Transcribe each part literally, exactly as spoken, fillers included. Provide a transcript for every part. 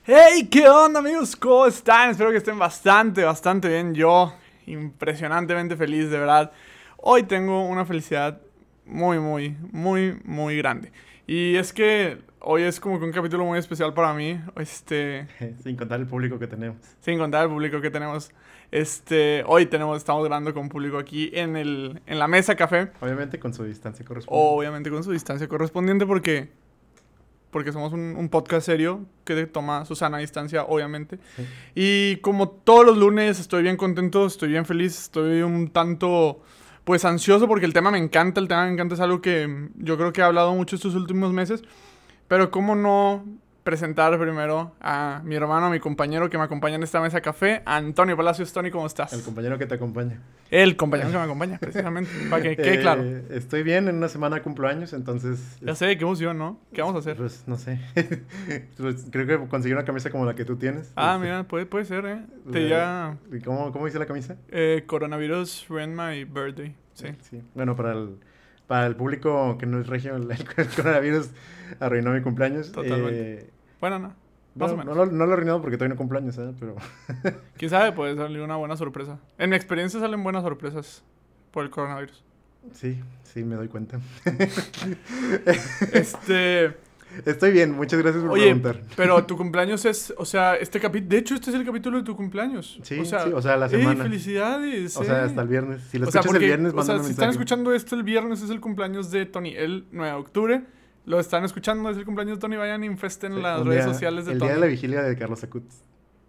Hey, ¿qué onda, amigos? ¿Cómo están? Espero que estén bastante, bastante bien. Yo, impresionantemente feliz, de verdad. Hoy tengo una felicidad muy, muy, muy, muy grande. Y es que hoy es como que un capítulo muy especial para mí. Este, Sin contar el público que tenemos. sin contar el público que tenemos. Este, hoy tenemos, estamos grabando con público aquí en el, en la mesa café. Obviamente con su distancia correspondiente. Obviamente con su distancia correspondiente porque porque somos un, un podcast serio que toma su sana distancia, obviamente. Sí. Y como todos los lunes, estoy bien contento, estoy bien feliz, estoy un tanto, pues, ansioso porque el tema me encanta, el tema me encanta, es algo que yo creo que he hablado mucho estos últimos meses. Pero cómo no presentar primero a mi hermano, a mi compañero que me acompaña en esta mesa café, Antonio Palacios. Tony, ¿cómo estás? El compañero que te acompaña. El compañero que me acompaña, precisamente, para que quede Eh, claro. Estoy bien, en una semana cumplo años, entonces... Ya sé, qué emoción, ¿no? ¿Qué vamos a hacer? Pues no sé. Pues, creo que conseguí una camisa como la que tú tienes. Ah, Este, mira, puede, puede ser, ¿eh? Te la- ya... ¿Y cómo, cómo dice la camisa? Eh, coronavirus ruined my birthday. Sí. Sí. Bueno, para el, para el público que no es regio, el, el coronavirus arruinó mi cumpleaños. Totalmente. Eh, Bueno, no. Más bueno, o no, menos. lo, no lo he arruinado porque todavía no cumplo años, ¿eh? Pero... Quién sabe, puede salir una buena sorpresa. En mi experiencia salen buenas sorpresas por el coronavirus. Sí, sí, me doy cuenta. Este. Estoy bien, muchas gracias por Oye, preguntar. pero tu cumpleaños es. O sea, este capítulo. De hecho, este es el capítulo de tu cumpleaños. Sí, o sea, sí, o sea, la ¡ey, semana. felicidades! O sea, eh! hasta el viernes. Si lo O sea, escuchas porque, el viernes, o sea, mándame un si están mensaje. escuchando esto el viernes, es el cumpleaños de Tony. El nueve de octubre. Lo están escuchando, es el cumpleaños de Tony. Vayan, infesten Sí, las un redes día- sociales de El Tony. día de la vigilia de Carlos Acutis.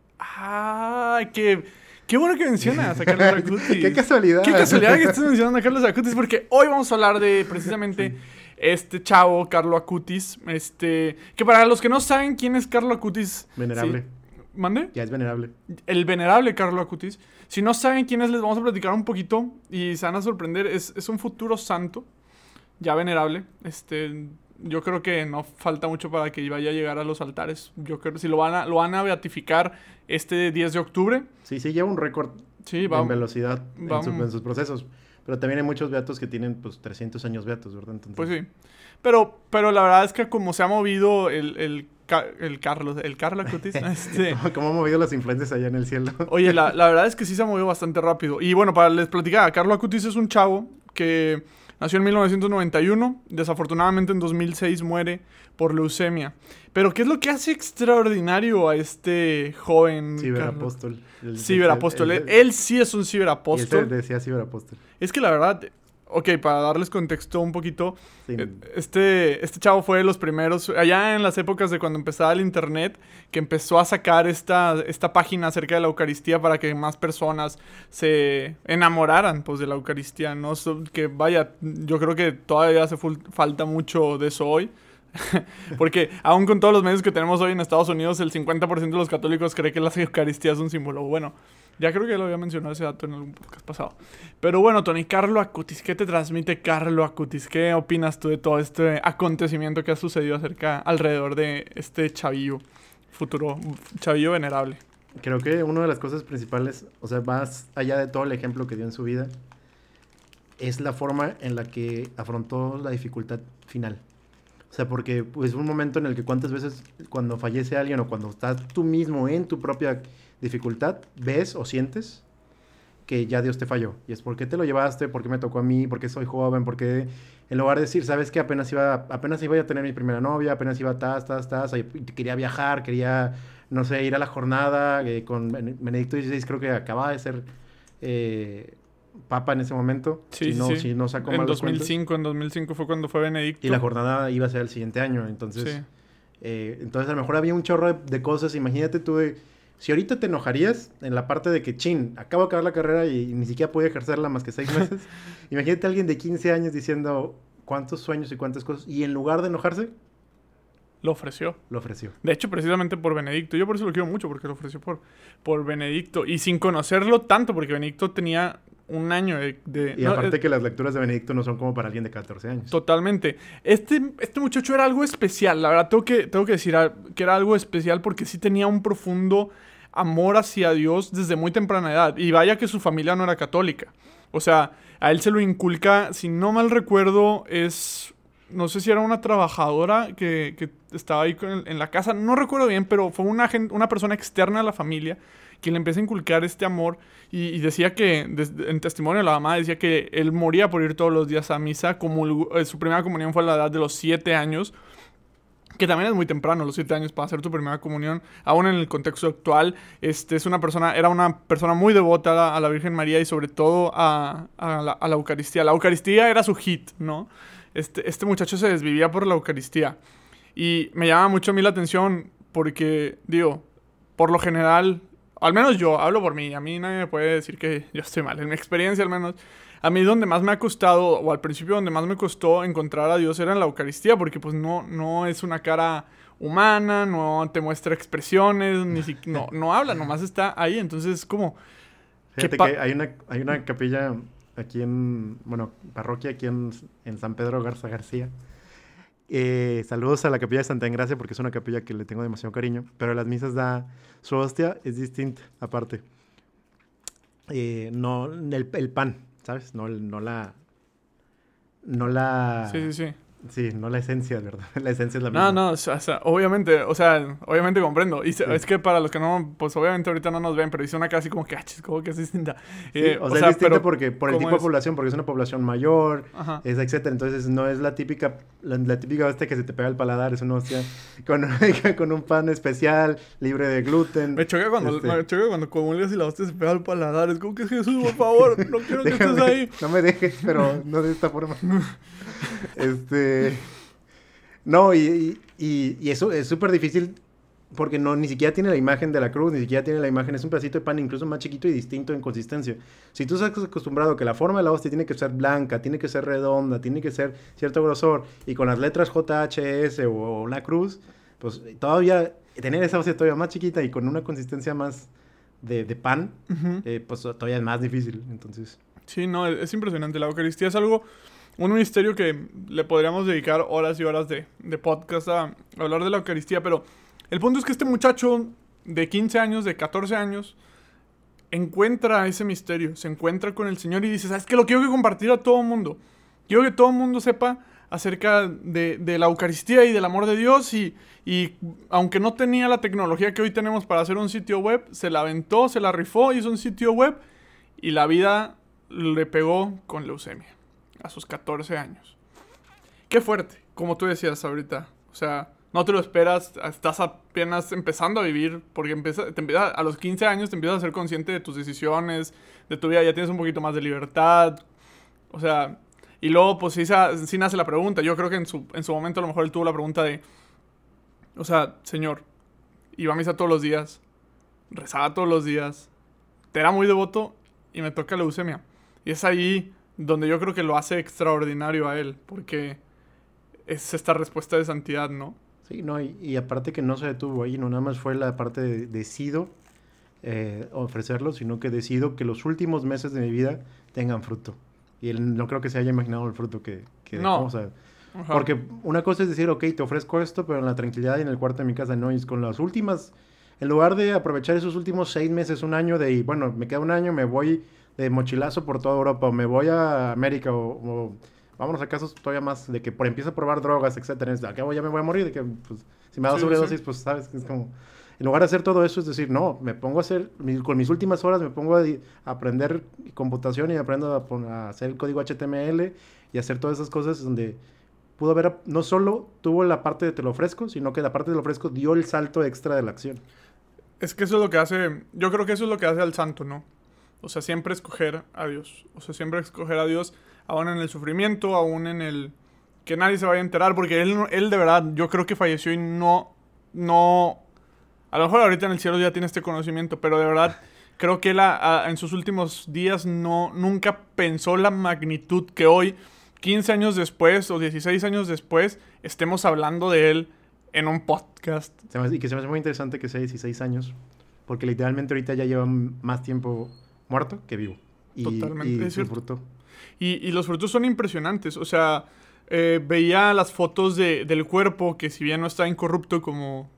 ¡Ay, qué, qué bueno que mencionas a Carlos Acutis! ¡Qué casualidad! ¡Qué casualidad que estés mencionando a Carlos Acutis! Porque hoy vamos a hablar de precisamente Sí. este chavo, Carlos Acutis. Este, que para los que no saben quién es Carlos Acutis... Venerable. sí. ¿Mande? Ya es venerable. El venerable Carlos Acutis. Si no saben quién es, les vamos a platicar un poquito y se van a sorprender. Es, es un futuro santo, ya venerable. Este, yo creo que no falta mucho para que vaya a llegar a los altares. Yo creo que si lo van a, lo van a beatificar este diez de octubre. Sí, sí, lleva un récord Sí, en vamos. velocidad en, su- vamos. en sus procesos. Pero también hay muchos beatos que tienen, pues, trescientos años beatos, ¿verdad? Entonces, Pues sí. Pero, pero la verdad es que como se ha movido el, el, Ca- el Carlos, el Carlos Acutis, este... ¿Cómo, cómo han movido las influencias allá en el cielo? Oye, la, la verdad es que sí se ha movido bastante rápido. Y bueno, para les platicar, Carlos Acutis es un chavo que nació en mil novecientos noventa y uno. Desafortunadamente en dos mil seis muere por leucemia. Pero ¿qué es lo que hace extraordinario a este joven? Carlos? Ciberapóstol. El- Ciberapóstol. el- Él, el- él sí es un Y él se ciberapóstol. decía ciberapóstol. Es que la verdad... Ok, para darles contexto un poquito, Sí. eh, este, este chavo fue de los primeros, allá en las épocas de cuando empezaba el internet, que empezó a sacar esta, esta página acerca de la Eucaristía para que más personas se enamoraran, pues, de la Eucaristía, ¿no? So- que vaya, yo creo que todavía hace ful- falta mucho de eso hoy. Porque aún con todos los medios que tenemos hoy en Estados Unidos, el cincuenta por ciento de los católicos cree que la Eucaristía es un símbolo. Bueno, ya creo que lo había mencionado ese dato en algún podcast pasado. Pero bueno, Tony, Carlo Acutis, ¿qué te transmite Carlo Acutis? ¿Qué opinas tú de todo este acontecimiento que ha sucedido acerca, alrededor de este chavillo, futuro chavillo venerable? Creo que una de las cosas principales, o sea, más allá de todo el ejemplo que dio en su vida, es la forma en la que afrontó la dificultad final. O sea, porque pues un momento en el que cuántas veces cuando fallece alguien o cuando estás tú mismo en tu propia dificultad, ves o sientes que ya Dios te falló. Y es, ¿por qué te lo llevaste? ¿Por qué me tocó a mí? ¿Por qué soy joven? ¿Por qué? En lugar de decir, ¿sabes qué? Apenas iba, apenas iba a tener mi primera novia, apenas iba a tas, tas, tas, y quería viajar, quería, no sé, ir a la jornada eh, con Benedicto dieciséis, creo que acababa de ser eh, papa en ese momento. Sí, si sí, no, sí. si no sacó En mal los dos mil cuentos. cinco, en dos mil cinco fue cuando fue Benedicto. Y la jornada iba a ser el siguiente año, entonces... Sí. Eh, entonces a lo mejor había un chorro de, de cosas. Imagínate tú de... Si ahorita te enojarías en la parte de que, chin, acabo de acabar la carrera y, y ni siquiera pude ejercerla más que seis meses. Imagínate a alguien de quince años diciendo cuántos sueños y cuántas cosas. Y en lugar de enojarse, Lo ofreció. lo ofreció. De hecho, precisamente por Benedicto. Yo por eso lo quiero mucho, porque lo ofreció por, por Benedicto. Y sin conocerlo tanto, porque Benedicto tenía un año de... de- Y no, aparte eh, que las lecturas de Benedicto no son como para alguien de catorce años. Totalmente. Este, este muchacho era algo especial. La verdad, tengo que, tengo que decir a- que era algo especial porque sí tenía un profundo amor hacia Dios desde muy temprana edad. Y vaya que su familia no era católica. O sea, a él se lo inculca, si no mal recuerdo, es no sé si era una trabajadora que, que estaba ahí con, en la casa, no recuerdo bien, pero fue una, gen- una persona externa a la familia quien le empieza a inculcar este amor y, y decía que, des- en testimonio de la mamá, decía que él moría por ir todos los días a misa, como su primera comunión fue a la edad de los siete años, que también es muy temprano, los siete años para hacer tu primera comunión, aún en el contexto actual. Este es una persona, era una persona muy devota a la, a la Virgen María y sobre todo a, a, la, a la Eucaristía. La Eucaristía era su hit, ¿no? Este, este muchacho se desvivía por la Eucaristía. Y me llama mucho a mí la atención porque, digo, por lo general, al menos yo, hablo por mí, a mí nadie me puede decir que yo estoy mal, en mi experiencia al menos. A mí donde más me ha costado, o al principio donde más me costó encontrar a Dios era en la Eucaristía, porque pues no, no es una cara humana, no te muestra expresiones, ni si, no, no habla, nomás está ahí, entonces es como... Fíjate pa- que hay una, hay una capilla aquí en, bueno, parroquia aquí en, en San Pedro Garza García. Eh, saludos a la capilla de Santa Engracia porque es una capilla que le tengo demasiado cariño, pero las misas da, su hostia es distinta, aparte. Eh, no, el, el pan, ¿sabes? No, el- no la, no la, Sí, sí, sí. sí, no la esencia, ¿verdad? La esencia es la No, misma. no, o sea, o sea, obviamente, o sea, obviamente comprendo. Y se- Sí. es que para los que no, pues obviamente ahorita no nos ven, pero hice una cara así como que, ah, chis, como que es distinta. Sí, Eh, o sea, es distinta pero, porque por el ¿cómo tipo de es? población, porque es una población mayor, Ajá. es etcétera. Entonces no es la típica, la, la típica hostia que se te pega el paladar, es una hostia con, con un pan especial, libre de gluten. Me choca cuando, Este, me choca cuando comulgas y la hostia se pega al paladar. Es como que Jesús, por favor, no quiero que estés déjame- ahí. no me dejes, pero no de esta forma. Este, no, y, y, y- y eso es súper difícil porque no, ni siquiera tiene la imagen de la cruz, ni siquiera tiene la imagen, es un pedacito de pan incluso más chiquito y distinto en consistencia. Si tú estás acostumbrado a que la forma de la hostia tiene que ser blanca, tiene que ser redonda, tiene que ser cierto grosor, y con las letras J H S o, o la cruz, pues todavía tener esa hostia todavía más chiquita y con una consistencia más de, de pan, Ujú. eh, pues todavía es más difícil. Entonces, Sí, no, es, es impresionante. La Eucaristía es algo, un misterio que le podríamos dedicar horas y horas de, de podcast a, a hablar de la Eucaristía, pero el punto es que este muchacho de quince años, de catorce años, encuentra ese misterio, se encuentra con el Señor y dice, ¿sabes qué? Lo quiero que compartir a todo el mundo. Quiero que todo el mundo sepa acerca de, de la Eucaristía y del amor de Dios y, y aunque no tenía la tecnología que hoy tenemos para hacer un sitio web, se la aventó, se la rifó, hizo un sitio web y la vida le pegó con leucemia a sus catorce años. Qué fuerte, como tú decías ahorita. O sea, no te lo esperas, estás apenas empezando a vivir, porque empieza, te empieza, a los quince años te empiezas a ser consciente de tus decisiones, de tu vida, ya tienes un poquito más de libertad. O sea, y luego pues sí, sa- sí nace la pregunta. Yo creo que en su, en su momento a lo mejor él tuvo la pregunta de, o sea, Señor, iba a misa todos los días, rezaba todos los días, te era muy devoto y me toca leucemia. Y es ahí donde yo creo que lo hace extraordinario a él, porque es esta respuesta de santidad, ¿no? sí, no, y, y aparte que no se detuvo ahí, no nada más fue la parte de decido eh, ofrecerlo, sino que decido que los últimos meses de mi vida tengan fruto. Y él no creo que se haya imaginado el fruto que, que dejó, No. o sea, Ajá. porque una cosa es decir, ok, te ofrezco esto, pero en la tranquilidad y en el cuarto de mi casa, no, y es con las últimas, en lugar de aprovechar esos últimos seis meses, un año de, y bueno, me queda un año, me voy de mochilazo por toda Europa, o me voy a América, o, o vámonos a casos todavía más de que por empieza a probar drogas, etcétera, es de, acá ya me voy a morir, de que pues, si me da Sí, sobredosis, sí. pues sabes, es como, en lugar de hacer todo eso, es decir, no, me pongo a hacer, mi- con mis últimas horas me pongo a, di- a aprender computación y aprendo a, pon- a hacer el código H T M L y hacer todas esas cosas donde pudo haber, no solo tuvo la parte de te lo ofrezco, sino que la parte de te lo ofrezco dio el salto extra de la acción. Es que eso es lo que hace, yo creo que eso es lo que hace al santo, ¿no? O sea, siempre escoger a Dios. O sea, siempre escoger a Dios, aún en el sufrimiento, aún en el que nadie se vaya a enterar, porque él, no- él de verdad, yo creo que falleció y no, no, a lo mejor ahorita en el cielo ya tiene este conocimiento, pero de verdad creo que él a- a- en sus últimos días no, nunca pensó la magnitud que hoy, quince años después o dieciséis años después, estemos hablando de él en un podcast. Se me hace- y que se me hace muy interesante que sea dieciséis años, porque literalmente ahorita ya lleva m- más tiempo muerto que vivo. Y, Totalmente, y es cierto. disfrutó. Y, y los frutos son impresionantes. O sea, eh, veía las fotos de- del cuerpo que si bien no está incorrupto como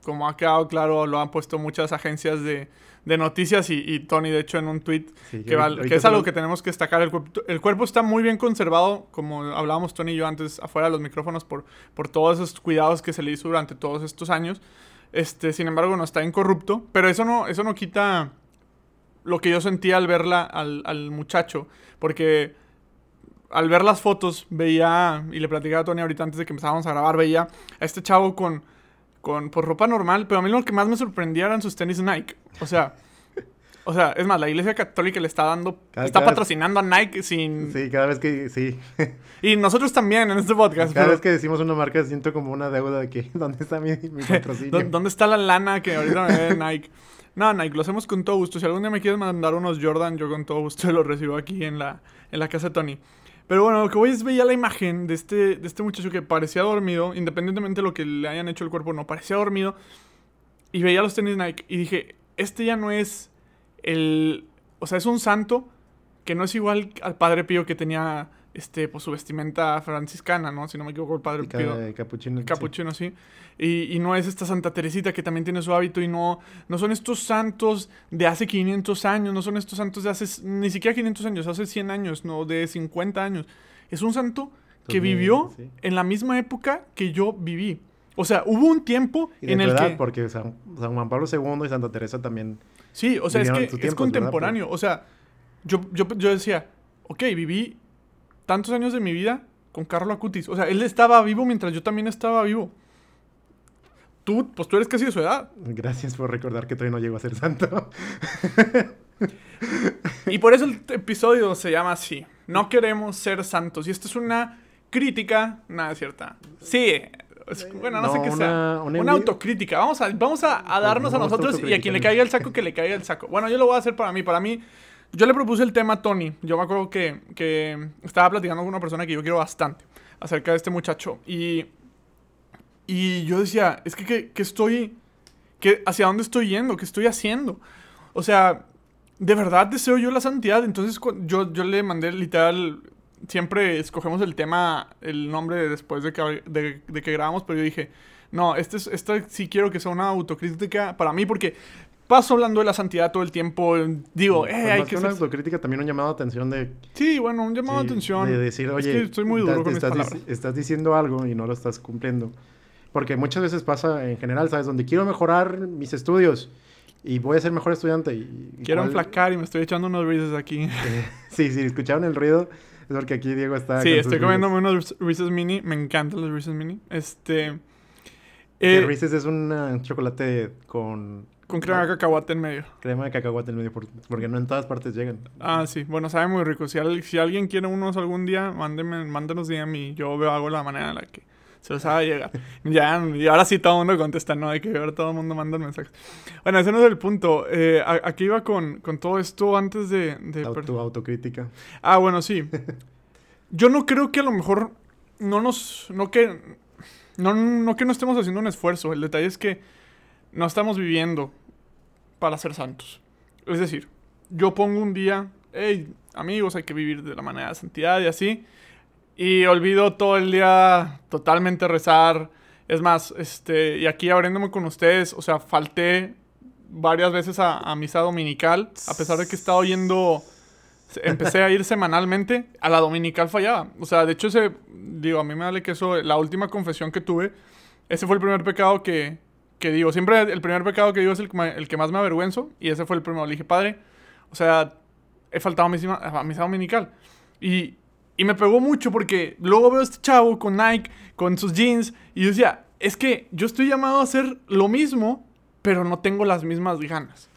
como ha quedado claro, lo han puesto muchas agencias de, de noticias y, y Tony, de hecho, en un tweet, sí, que, va, que es algo que tenemos que destacar. El cuerpo, el cuerpo está muy bien conservado, como hablábamos Tony y yo antes, afuera de los micrófonos, por, por todos esos cuidados que se le hizo durante todos estos años. Este, sin embargo, no está incorrupto, pero eso no, eso no quita lo que yo sentía al verla al, al muchacho, porque al ver las fotos veía, y le platicaba a Tony ahorita antes de que empezábamos a grabar, veía a este chavo con, con pues, ropa normal, pero a mí lo que más me sorprendía eran sus tenis Nike. O sea, o sea, es más, la Iglesia Católica le está dando, cada, está cada patrocinando vez, a Nike sin... Sí, cada vez que, sí. Y nosotros también en este podcast. Cada pero... vez que decimos una marca siento como una deuda de que, ¿dónde está mi, mi patrocinio? ¿Dónde está la lana que ahorita me ve Nike? No, Nike, lo hacemos con todo gusto. Si algún día me quieres mandar unos Jordan, yo con todo gusto los recibo aquí en la, en la casa de Tony. Pero bueno, lo que voy es veía la imagen de este, de este muchacho que parecía dormido, independientemente de lo que le hayan hecho el cuerpo, no, parecía dormido. Y veía los tenis Nike y dije, este ya no es el... O sea, es un santo que no es igual al Padre Pío que tenía este, pues, su vestimenta franciscana, ¿no? Si no me equivoco, el Padre y Pío. El capuchino. El capuchino, sí. sí. Y, y no es esta Santa Teresita que también tiene su hábito y no, no son estos santos de hace quinientos años, no son estos santos de hace, ni siquiera quinientos años, hace cien años, no, de cincuenta años. Es un santo que Entonces, vivió sí. en la misma época que yo viví. O sea, hubo un tiempo y de en el edad, que... porque San, San Juan Pablo segundo y Santa Teresa también... Sí, o sea, es que tiempos, es contemporáneo. ¿verdad? O sea, yo, yo, yo decía, ok, viví tantos años de mi vida con Carlo Acutis. O sea, él estaba vivo mientras yo también estaba vivo. Tú, pues tú eres casi de su edad. Gracias por recordar que todavía no llego a ser santo. Y por eso el episodio se llama así. No queremos ser santos. Y esto es una crítica, nada cierta. Sí, es, bueno, no, no sé qué una, sea. Una, una autocrítica. Vamos a, vamos a, a darnos a nosotros y a quien le caiga el saco, que le caiga el saco. Bueno, yo lo voy a hacer para mí. Para mí, yo le propuse el tema a Tony. Yo me acuerdo que, que estaba platicando con una persona que yo quiero bastante acerca de este muchacho. Y... Y yo decía, es que, que, que estoy... Que, ¿hacia dónde estoy yendo? ¿Qué estoy haciendo? O sea, ¿de verdad deseo yo la santidad? Entonces yo, yo le mandé literal... Siempre escogemos el tema, el nombre después de que, de, de que grabamos, pero yo dije, no, este, es, este sí quiero que sea una autocrítica para mí, porque paso hablando de la santidad todo el tiempo. Digo, eh, pues hay más que que una ser... autocrítica, también un llamado de atención de... Sí, bueno, un llamado sí, de atención. De decir, oye, es que estoy muy duro con mis estás, palabras. Estás diciendo algo y no lo estás cumpliendo. Porque muchas veces pasa en general, ¿sabes? Donde quiero mejorar mis estudios y voy a ser mejor estudiante. Y, y quiero cuál... enflacar y me estoy echando unos Reese's aquí. Eh, sí, sí, escucharon el ruido. Es porque aquí Diego está... Sí, estoy comiéndome unos Reese's Mini. Me encantan los Reese's Mini. Este... Eh, Reese's es un uh, chocolate con... Con crema de cacahuate en medio. Crema de cacahuate en medio, por, porque no en todas partes llegan. Ah, sí. Bueno, sabe muy rico. Si, al, si alguien quiere unos algún día, mándenme, mándenos D M y yo veo, hago la manera en la que se los haga llegar. ya, y ahora sí todo el mundo contesta, ¿no? Hay que ver, todo el mundo manda mensajes. Bueno, ese no es el punto. Eh, a, aquí iba con, con todo esto antes de... de tu per... autocrítica. Ah, bueno, sí. Yo no creo que a lo mejor no nos... No que no, no que no estemos haciendo un esfuerzo. El detalle es que no estamos viviendo para ser santos. Es decir, yo pongo un día, hey, amigos, hay que vivir de la manera de santidad y así, y olvido todo el día totalmente rezar. Es más, este, y aquí abriéndome con ustedes, o sea, falté varias veces a, a misa dominical, a pesar de que estaba yendo, empecé a ir semanalmente, a la dominical fallaba. O sea, de hecho, ese, digo, a mí me vale que eso, la última confesión que tuve, ese fue el primer pecado que, que digo. Siempre el primer pecado que digo es el que, el que más me avergüenzo, y ese fue el primero. Le dije, padre, o sea, he faltado a misa, a misa dominical. Y, y me pegó mucho porque luego veo a este chavo con Nike, con sus jeans, y yo decía, es que yo estoy llamado a hacer lo mismo, pero no tengo las mismas ganas.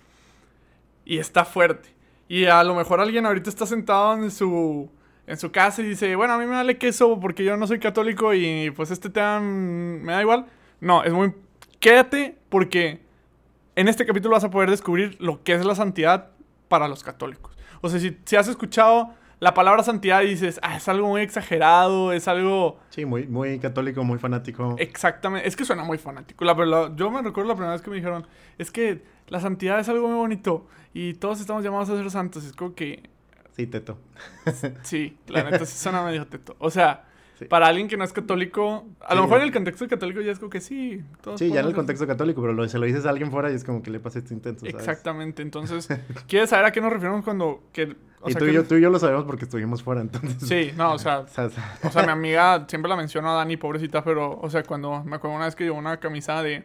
Y está fuerte. Y a lo mejor alguien ahorita está sentado en su, en su casa y dice, bueno, a mí me vale queso porque yo no soy católico y pues este tema me da igual. No, es muy... Quédate porque en este capítulo vas a poder descubrir lo que es la santidad para los católicos. O sea, si, si has escuchado la palabra santidad y dices, ah, es algo muy exagerado, es algo... Sí, muy, muy católico, muy fanático. Exactamente, es que suena muy fanático. La, la, yo me recuerdo la primera vez que me dijeron, es que la santidad es algo muy bonito y todos estamos llamados a ser santos. Es como que... Sí, teto. Sí, la neta sí suena medio teto. O sea, Sí. Para alguien que no es católico, a Sí. lo mejor en el contexto católico ya es como que sí. Todos Sí, ya en el podemos- contexto católico, pero lo, se lo dices a alguien fuera y es como que le pasa este intento, ¿sabes? Exactamente. Entonces, ¿quieres saber a qué nos referimos cuando... Que, o Y sea, tú, y que- yo, tú y yo lo sabemos porque estuvimos fuera, entonces... Sí, no, o sea, O sea, o sea, o sea, mi amiga siempre la menciono a Dani, pobrecita, pero, o sea, cuando me acuerdo una vez que llevó una camisa de,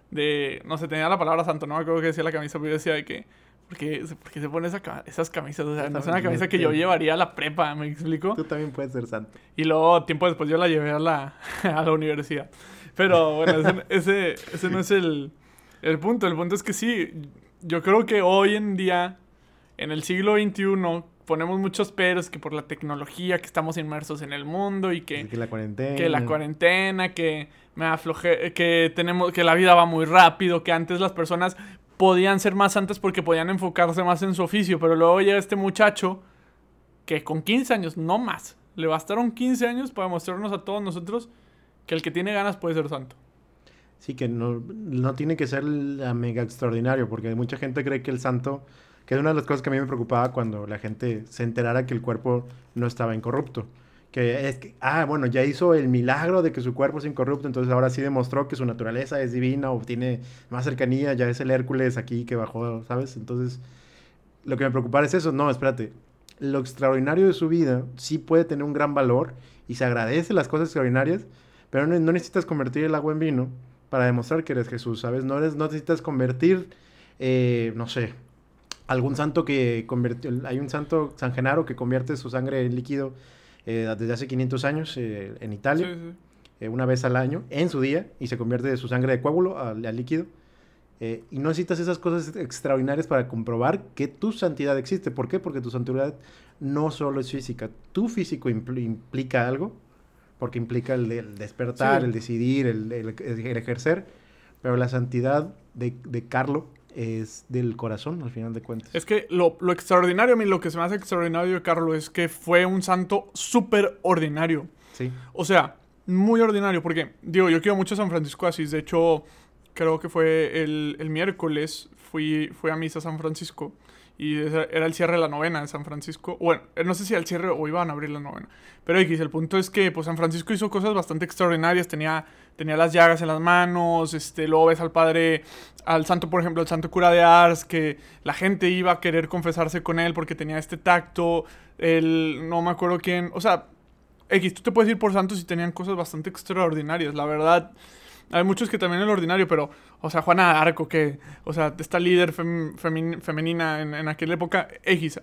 de, no sé, tenía la palabra santo, no me acuerdo qué decía la camisa, pero yo decía de que, ¿por qué, por qué se pone esa, ca- esas camisas? O sea, no es una camisa que yo llevaría a la prepa, ¿me explico? tú también puedes ser santo. Y luego, tiempo después, yo la llevé a la, a la universidad. Pero, bueno, ese, ese, ese no es el, el punto. El punto es que sí, yo creo que hoy en día, en el siglo veintiuno, ponemos muchos peros que por la tecnología, que estamos inmersos en el mundo y que... Así que la cuarentena... que la cuarentena, que me afloje, que tenemos, que la vida va muy rápido, que antes las personas podían ser más santas porque podían enfocarse más en su oficio, pero luego llega este muchacho que con quince años, no más, le bastaron quince años para mostrarnos a todos nosotros que el que tiene ganas puede ser santo. Sí, que no, no tiene que ser la mega extraordinario, porque mucha gente cree que el santo, que es una de las cosas que a mí me preocupaba cuando la gente se enterara que el cuerpo no estaba incorrupto. Que es que, ah, bueno, ya hizo el milagro de que su cuerpo es incorrupto, entonces ahora sí demostró que su naturaleza es divina o tiene más cercanía, ya es el Hércules aquí que bajó, ¿sabes? Entonces, lo que me preocupaba es eso, no, espérate, lo extraordinario de su vida sí puede tener un gran valor y se agradece las cosas extraordinarias, pero no, no necesitas convertir el agua en vino para demostrar que eres Jesús, ¿sabes? No, eres, no necesitas convertir, eh, no sé, algún santo que convirtió, hay un santo, San Genaro, que convierte su sangre en líquido eh, desde hace quinientos años eh, en Italia, Sí, sí. eh, una vez al año, en su día, y se convierte de su sangre de coágulo al, al líquido. Eh, y no necesitas esas cosas extraordinarias para comprobar que tu santidad existe. ¿Por qué? Porque tu santidad no solo es física. Tu físico impl- implica algo, porque implica el, el despertar, Sí. el decidir, el, el- el ejercer, pero la santidad de, de Carlo es del corazón, al final de cuentas. Es que lo, lo extraordinario, a mí lo que se me hace extraordinario de Carlos es que fue un santo súper ordinario. Sí. O sea, muy ordinario, porque, digo, yo quiero mucho a San Francisco de Asís. De hecho, creo que fue el, el miércoles, fui, fui a misa a San Francisco. Y esa- era el cierre de la novena de San Francisco. Bueno, eh, no sé si al cierre o iban a abrir la novena. Pero X, el punto es que pues, San Francisco hizo cosas bastante extraordinarias. Tenía, tenía las llagas en las manos. Este, luego ves al padre, al santo, por ejemplo, el santo cura de Ars, que la gente iba a querer confesarse con él porque tenía este tacto. El, no me acuerdo quién. O sea, X, tú te puedes ir por santos y tenían cosas bastante extraordinarias. La verdad, hay muchos que también es lo ordinario, pero, o sea, Juana de Arco, que, o sea, esta líder fem- femin- femenina en, en aquella época, X,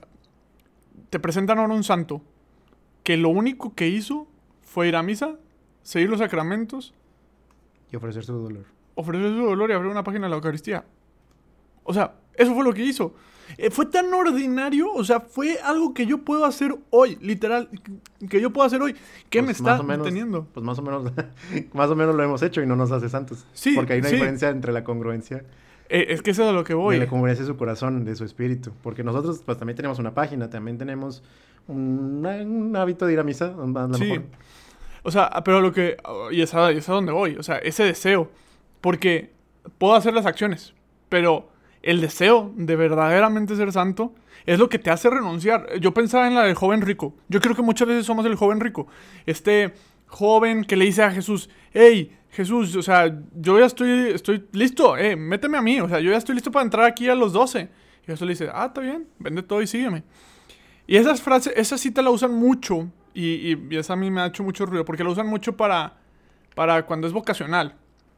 te presentan ahora un santo que lo único que hizo fue ir a misa, seguir los sacramentos, Y ofrecer su dolor. ofrecer su dolor y abrir una página de la Eucaristía. O sea, eso fue lo que hizo. Eh, fue tan ordinario, o sea, fue algo que yo puedo hacer hoy, literal, que yo puedo hacer hoy. ¿Qué me Pues, está más o menos- deteniendo? Pues más o menos, más o menos lo hemos hecho y no nos hace santos. Sí, Porque hay una sí. diferencia entre la congruencia Eh, es que eso es a lo que voy. de la congruencia de su corazón, de su espíritu. Porque nosotros, pues también tenemos una página, también tenemos un, un hábito de ir a misa, a lo Sí. mejor. O sea, pero lo que... Y es, a, y es a donde voy. O sea, ese deseo. Porque puedo hacer las acciones. Pero el deseo de verdaderamente ser santo es lo que te hace renunciar. Yo pensaba en la del joven rico. Yo creo que muchas veces somos el joven rico. Este joven que le dice a Jesús, hey, Jesús, o sea, yo ya estoy, estoy listo. Eh, méteme a mí. O sea, yo ya estoy listo para entrar aquí a los doce. Y Jesús le dice, ah, está bien. Vende todo y sígueme. Y esas frases, esa cita la usan mucho. Y, y, y esa a mí me ha hecho mucho ruido. Porque la usan mucho para, para cuando es vocacional.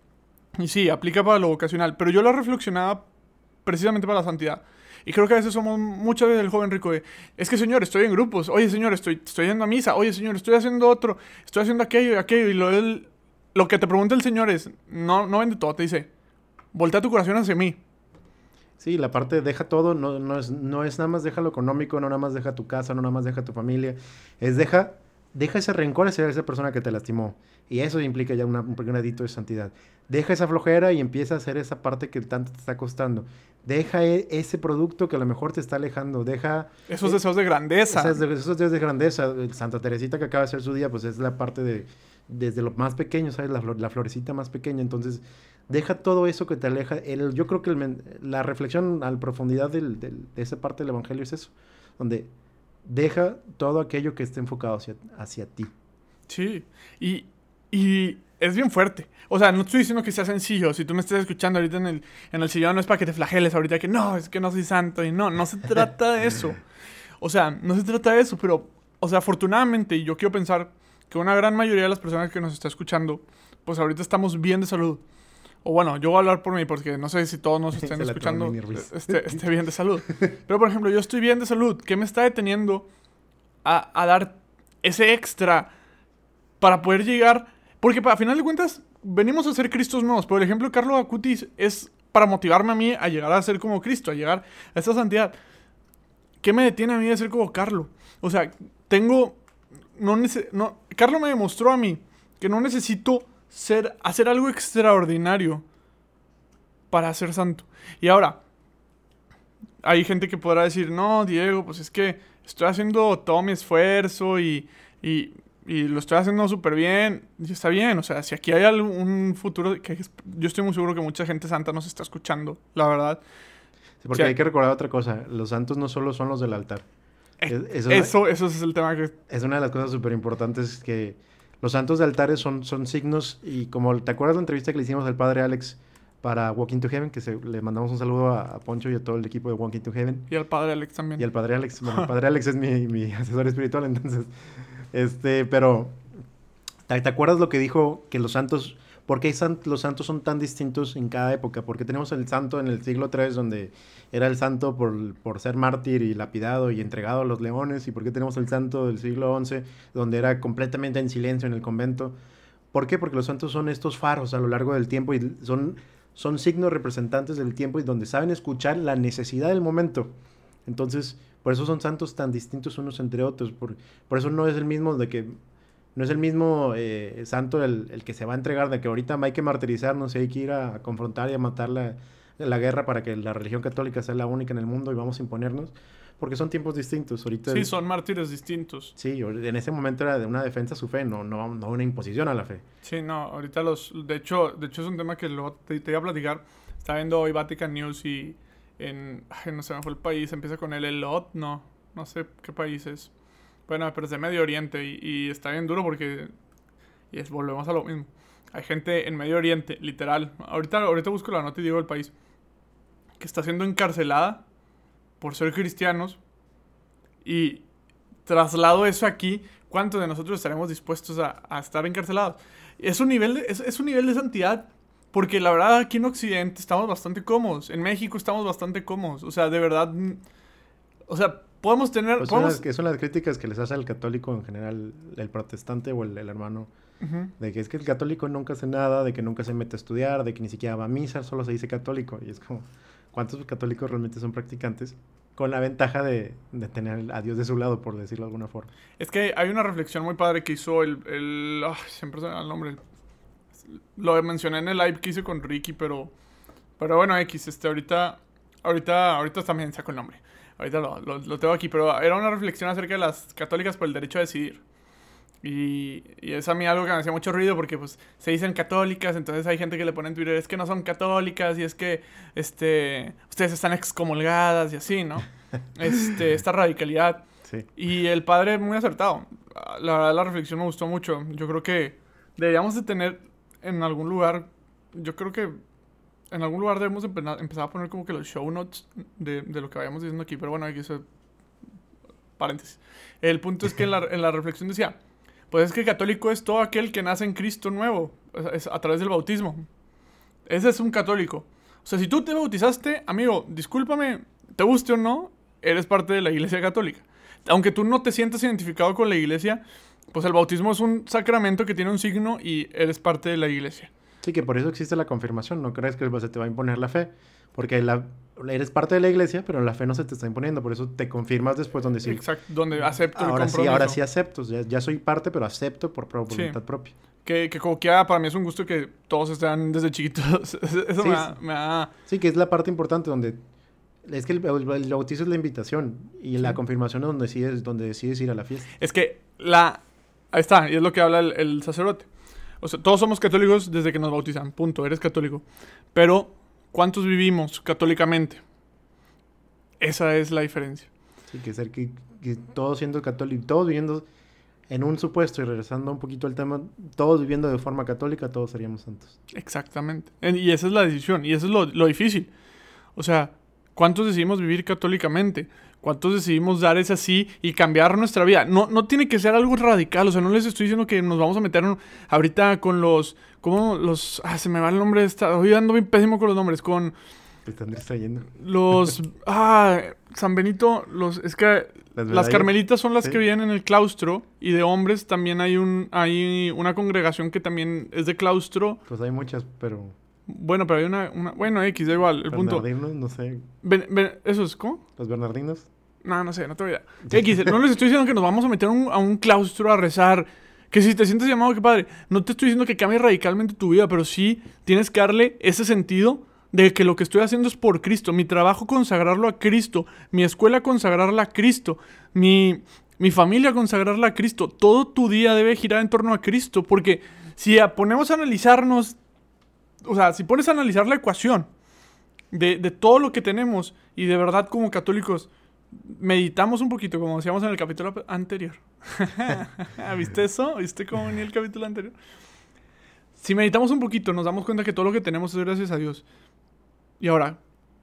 Y sí, aplica para lo vocacional. Pero yo la reflexionaba precisamente para la santidad. Y creo que a veces somos muchas veces el joven rico de, es que señor, estoy en grupos. Oye, señor, estoy, estoy yendo a misa. Oye, señor, estoy haciendo otro. Estoy haciendo aquello y aquello. Y lo, el, lo que te pregunta el señor es, no, no vende todo. Te dice, voltea tu corazón hacia mí. Sí, la parte de deja todo no, no, es, no es nada más deja lo económico, no nada más deja tu casa, no nada más deja tu familia. Es deja, deja ese rencor hacia esa persona que te lastimó. Y eso implica ya una, un gradito de santidad. Deja esa flojera y empieza a hacer esa parte que tanto te está costando. Deja e- ese producto que a lo mejor te está alejando. Deja Esos eh, deseos de grandeza. esas- esos días de grandeza. El Santa Teresita que acaba de hacer su día, pues es la parte de desde lo más pequeño, ¿sabes? La, flor- la florecita más pequeña. Entonces, deja todo eso que te aleja. El, yo creo que el men- la reflexión a la profundidad del- del- de esa parte del Evangelio es eso. Donde deja todo aquello que esté enfocado hacia, hacia ti. Sí, y, y es bien fuerte. O sea, no estoy diciendo que sea sencillo. Si tú me estás escuchando ahorita en el, en el sillón, no es para que te flageles ahorita que no, es que no soy santo. Y no, no se trata de eso. O sea, no se trata de eso, pero, o sea, afortunadamente, y yo quiero pensar que una gran mayoría de las personas que nos está escuchando, pues ahorita estamos bien de salud. O bueno, yo voy a hablar por mí, porque no sé si todos nos estén escuchando esté, esté bien de salud. Pero, por ejemplo, yo estoy bien de salud. ¿Qué me está deteniendo a, a dar ese extra para poder llegar? Porque, para final de cuentas, venimos a ser Cristos nuevos. Por ejemplo, Carlo Acutis es para motivarme a mí a llegar a ser como Cristo, a llegar a esa santidad. ¿Qué me detiene a mí de ser como Carlo? O sea, tengo... No, nece- no Carlo me demostró a mí que no necesito ser, hacer algo extraordinario para ser santo. Y ahora, hay gente que podrá decir, no, Diego, pues es que estoy haciendo todo mi esfuerzo y, y, y lo estoy haciendo súper bien. Y está bien, o sea, si aquí hay algún futuro, que es- yo estoy muy seguro que mucha gente santa nos está escuchando, la verdad. Sí, porque O sea, hay que recordar otra cosa. Los santos no solo son los del altar. eh, Es, es una, eso, eso es el tema que... es una de las cosas súper importantes que los santos de altares son, son signos y como te acuerdas de la entrevista que le hicimos al padre Alex para Walking to Heaven, que se, le mandamos un saludo a, a Poncho y a todo el equipo de Walking to Heaven. Y al padre Alex también. Y al padre Alex, bueno, el padre Alex es mi, mi asesor espiritual, entonces, este, pero, ¿te, te acuerdas lo que dijo que los santos, por qué san- los santos son tan distintos en cada época? Porque tenemos el santo en el siglo tres, donde era el santo por, por ser mártir y lapidado y entregado a los leones, y por qué tenemos el santo del siglo once, donde era completamente en silencio en el convento. ¿Por qué? Porque los santos son estos faros a lo largo del tiempo y son, son signos representantes del tiempo y donde saben escuchar la necesidad del momento. Entonces, por eso son santos tan distintos unos entre otros. Por, por eso no es el mismo de que no es el mismo eh, santo el, el que se va a entregar de que ahorita hay que martirizarnos y hay que ir a, a confrontar y a matar la, la guerra para que la religión católica sea la única en el mundo y vamos a imponernos. Porque son tiempos distintos. Ahorita Sí, es- son mártires distintos. sí, en ese momento era de una defensa a su fe, no, no, no una imposición a la fe. Sí, no, ahorita los... De hecho, de hecho es un tema que luego te, te iba a platicar. Estaba viendo hoy Vatican News y en... Ay, no sé, me fue el país, empieza con el Elot, no, no sé qué país es. Bueno, pero es de Medio Oriente y, y está bien duro porque... Y es, volvemos a lo mismo. Hay gente en Medio Oriente, literal. Ahorita, ahorita busco la nota y digo el país. Que está siendo encarcelada por ser cristianos. Y traslado eso aquí, ¿cuántos de nosotros estaremos dispuestos a, a estar encarcelados? Es un, nivel de, es, es un nivel de santidad, porque la verdad aquí en Occidente estamos bastante cómodos, en México estamos bastante cómodos, o sea, de verdad, mm, o sea, podemos tener... Pues son podemos... las, que son las críticas que les hace al católico en general, el protestante o el, el hermano, Ujú. de que es que el católico nunca hace nada, de que nunca se mete a estudiar, de que ni siquiera va a misa, solo se dice católico. Y es como, ¿cuántos católicos realmente son practicantes? Con la ventaja de, de tener a Dios de su lado, por decirlo de alguna forma. Es que hay una reflexión muy padre que hizo el... el ay, siempre se me da el nombre. Lo mencioné en el live que hice con Ricky, pero... Pero bueno, X, este, ahorita... Ahorita, ahorita también saco el nombre. Ahorita lo, lo, lo tengo aquí, pero era una reflexión acerca de las católicas por el derecho a decidir. Y, y es a mí algo que me hacía mucho ruido porque pues se dicen católicas, entonces hay gente que le pone en Twitter, es que no son católicas y es que este ustedes están excomulgadas y así, ¿no? Este, esta radicalidad. Sí. Y el padre muy acertado. La verdad la reflexión me gustó mucho. Yo creo que deberíamos de tener en algún lugar, yo creo que en algún lugar debemos empe- empezar a poner como que los show notes de, de lo que vayamos diciendo aquí, pero bueno, aquí se... Paréntesis. El punto es que en la, en la reflexión decía, pues es que católico es todo aquel que nace en Cristo nuevo, es, es a través del bautismo. Ese es un católico. O sea, si tú te bautizaste, amigo, discúlpame, te guste o no, eres parte de la iglesia católica. Aunque tú no te sientas identificado con la iglesia, pues el bautismo es un sacramento que tiene un signo y eres parte de la iglesia. Sí, que por eso existe la confirmación. No crees que se te va a imponer la fe. Porque la, eres parte de la iglesia, pero la fe no se te está imponiendo. Por eso te confirmas después donde sí. Exacto, donde acepto el Ahora compromiso. sí, ahora sí acepto. Ya, ya soy parte, pero acepto por pro- Sí. voluntad propia. Que, que como quiera, para mí es un gusto que todos estén desde chiquitos. Eso Sí, me, da, sí. me da... Sí, que es la parte importante donde... Es que el, el- el bautizo es la invitación. Y la Sí. confirmación es donde decides, donde decides ir a la fiesta. Es que la... Ahí está, y es lo que habla el, el sacerdote. O sea, todos somos católicos desde que nos bautizan. Punto, eres católico. Pero, ¿cuántos vivimos católicamente? Esa es la diferencia. Sí, que ser que, que todos siendo católicos, todos viviendo en un supuesto, y regresando un poquito al tema, todos viviendo de forma católica, todos seríamos santos. Exactamente. Y esa es la decisión, y eso es lo, lo difícil. O sea, ¿cuántos decidimos vivir católicamente? ¿Cuántos decidimos dar ese sí y cambiar nuestra vida? No, no tiene que ser algo radical, o sea, no les estoy diciendo que nos vamos a meter ahorita con los... ¿Cómo? Los... Ah, se me va el nombre. Estoy dando bien pésimo con los nombres. Con... Te están distrayendo. Los... Ah, San Benito, los... Es que las, las carmelitas son las ¿Sí? que viven en el claustro, y de hombres también hay un hay una congregación que también es de claustro. Pues hay muchas, pero... Bueno, pero hay una... una bueno, X, da igual, el punto... Bernardinos, no sé. Ben, ben, ¿Eso es cómo? ¿Los bernardinos? No, no sé, no te voy a... X, no les estoy diciendo que nos vamos a meter un, a un claustro a rezar. Que si te sientes llamado, qué padre. No te estoy diciendo que cambie radicalmente tu vida, pero sí tienes que darle ese sentido de que lo que estoy haciendo es por Cristo. Mi trabajo, consagrarlo a Cristo. Mi escuela, consagrarla a Cristo. Mi, mi familia, consagrarla a Cristo. Todo tu día debe girar en torno a Cristo. Porque si ponemos a analizarnos... O sea, si pones a analizar la ecuación de, de todo lo que tenemos, y de verdad como católicos meditamos un poquito, como decíamos en el capítulo anterior. ¿Viste eso? ¿Viste cómo venía el capítulo anterior? Si meditamos un poquito, nos damos cuenta que todo lo que tenemos es gracias a Dios. Y ahora,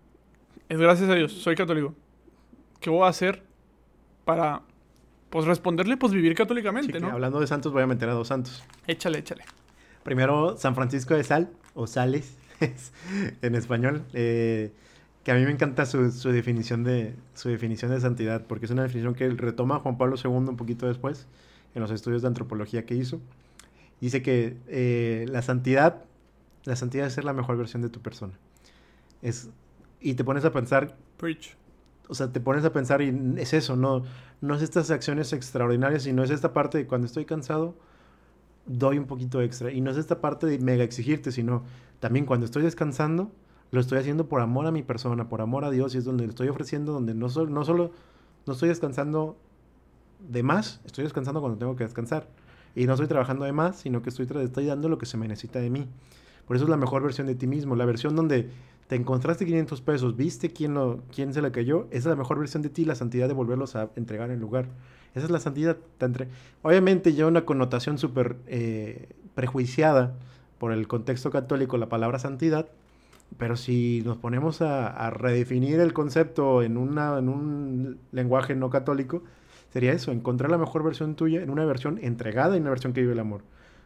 es gracias a Dios, soy católico. ¿Qué voy a hacer para, pues, responderle, pues, vivir católicamente, sí, ¿no? Hablando de santos, voy a meter a dos santos. Échale, échale. Primero, San Francisco de Sal, o Sales, en español, eh, que a mí me encanta su, su, definición de, su definición de santidad, porque es una definición que retoma Juan Pablo segundo un poquito después, en los estudios de antropología que hizo. Dice que eh, la santidad, la santidad es ser la mejor versión de tu persona. Es, y te pones a pensar... Preach. O sea, te pones a pensar y es eso, no, no es estas acciones extraordinarias, sino es esta parte de cuando estoy cansado, doy un poquito extra. Y no es esta parte de mega exigirte, sino también cuando estoy descansando, lo estoy haciendo por amor a mi persona, por amor a Dios, y es donde lo estoy ofreciendo, donde no, so, no solo no estoy descansando de más, estoy descansando cuando tengo que descansar. Y no estoy trabajando de más, sino que estoy, estoy dando lo que se me necesita de mí. Por eso es la mejor versión de ti mismo, la versión donde te encontraste quinientos pesos, viste quién, lo, quién se la cayó, esa es la mejor versión de ti, la santidad de volverlos a entregar en lugar. Esa es la santidad. Entre... Obviamente lleva una connotación súper eh, prejuiciada por el contexto católico, la palabra santidad, pero si nos ponemos a, a redefinir el concepto en, una, en un lenguaje no católico, sería eso, encontrar la mejor versión tuya en una versión entregada y una versión que vive el amor.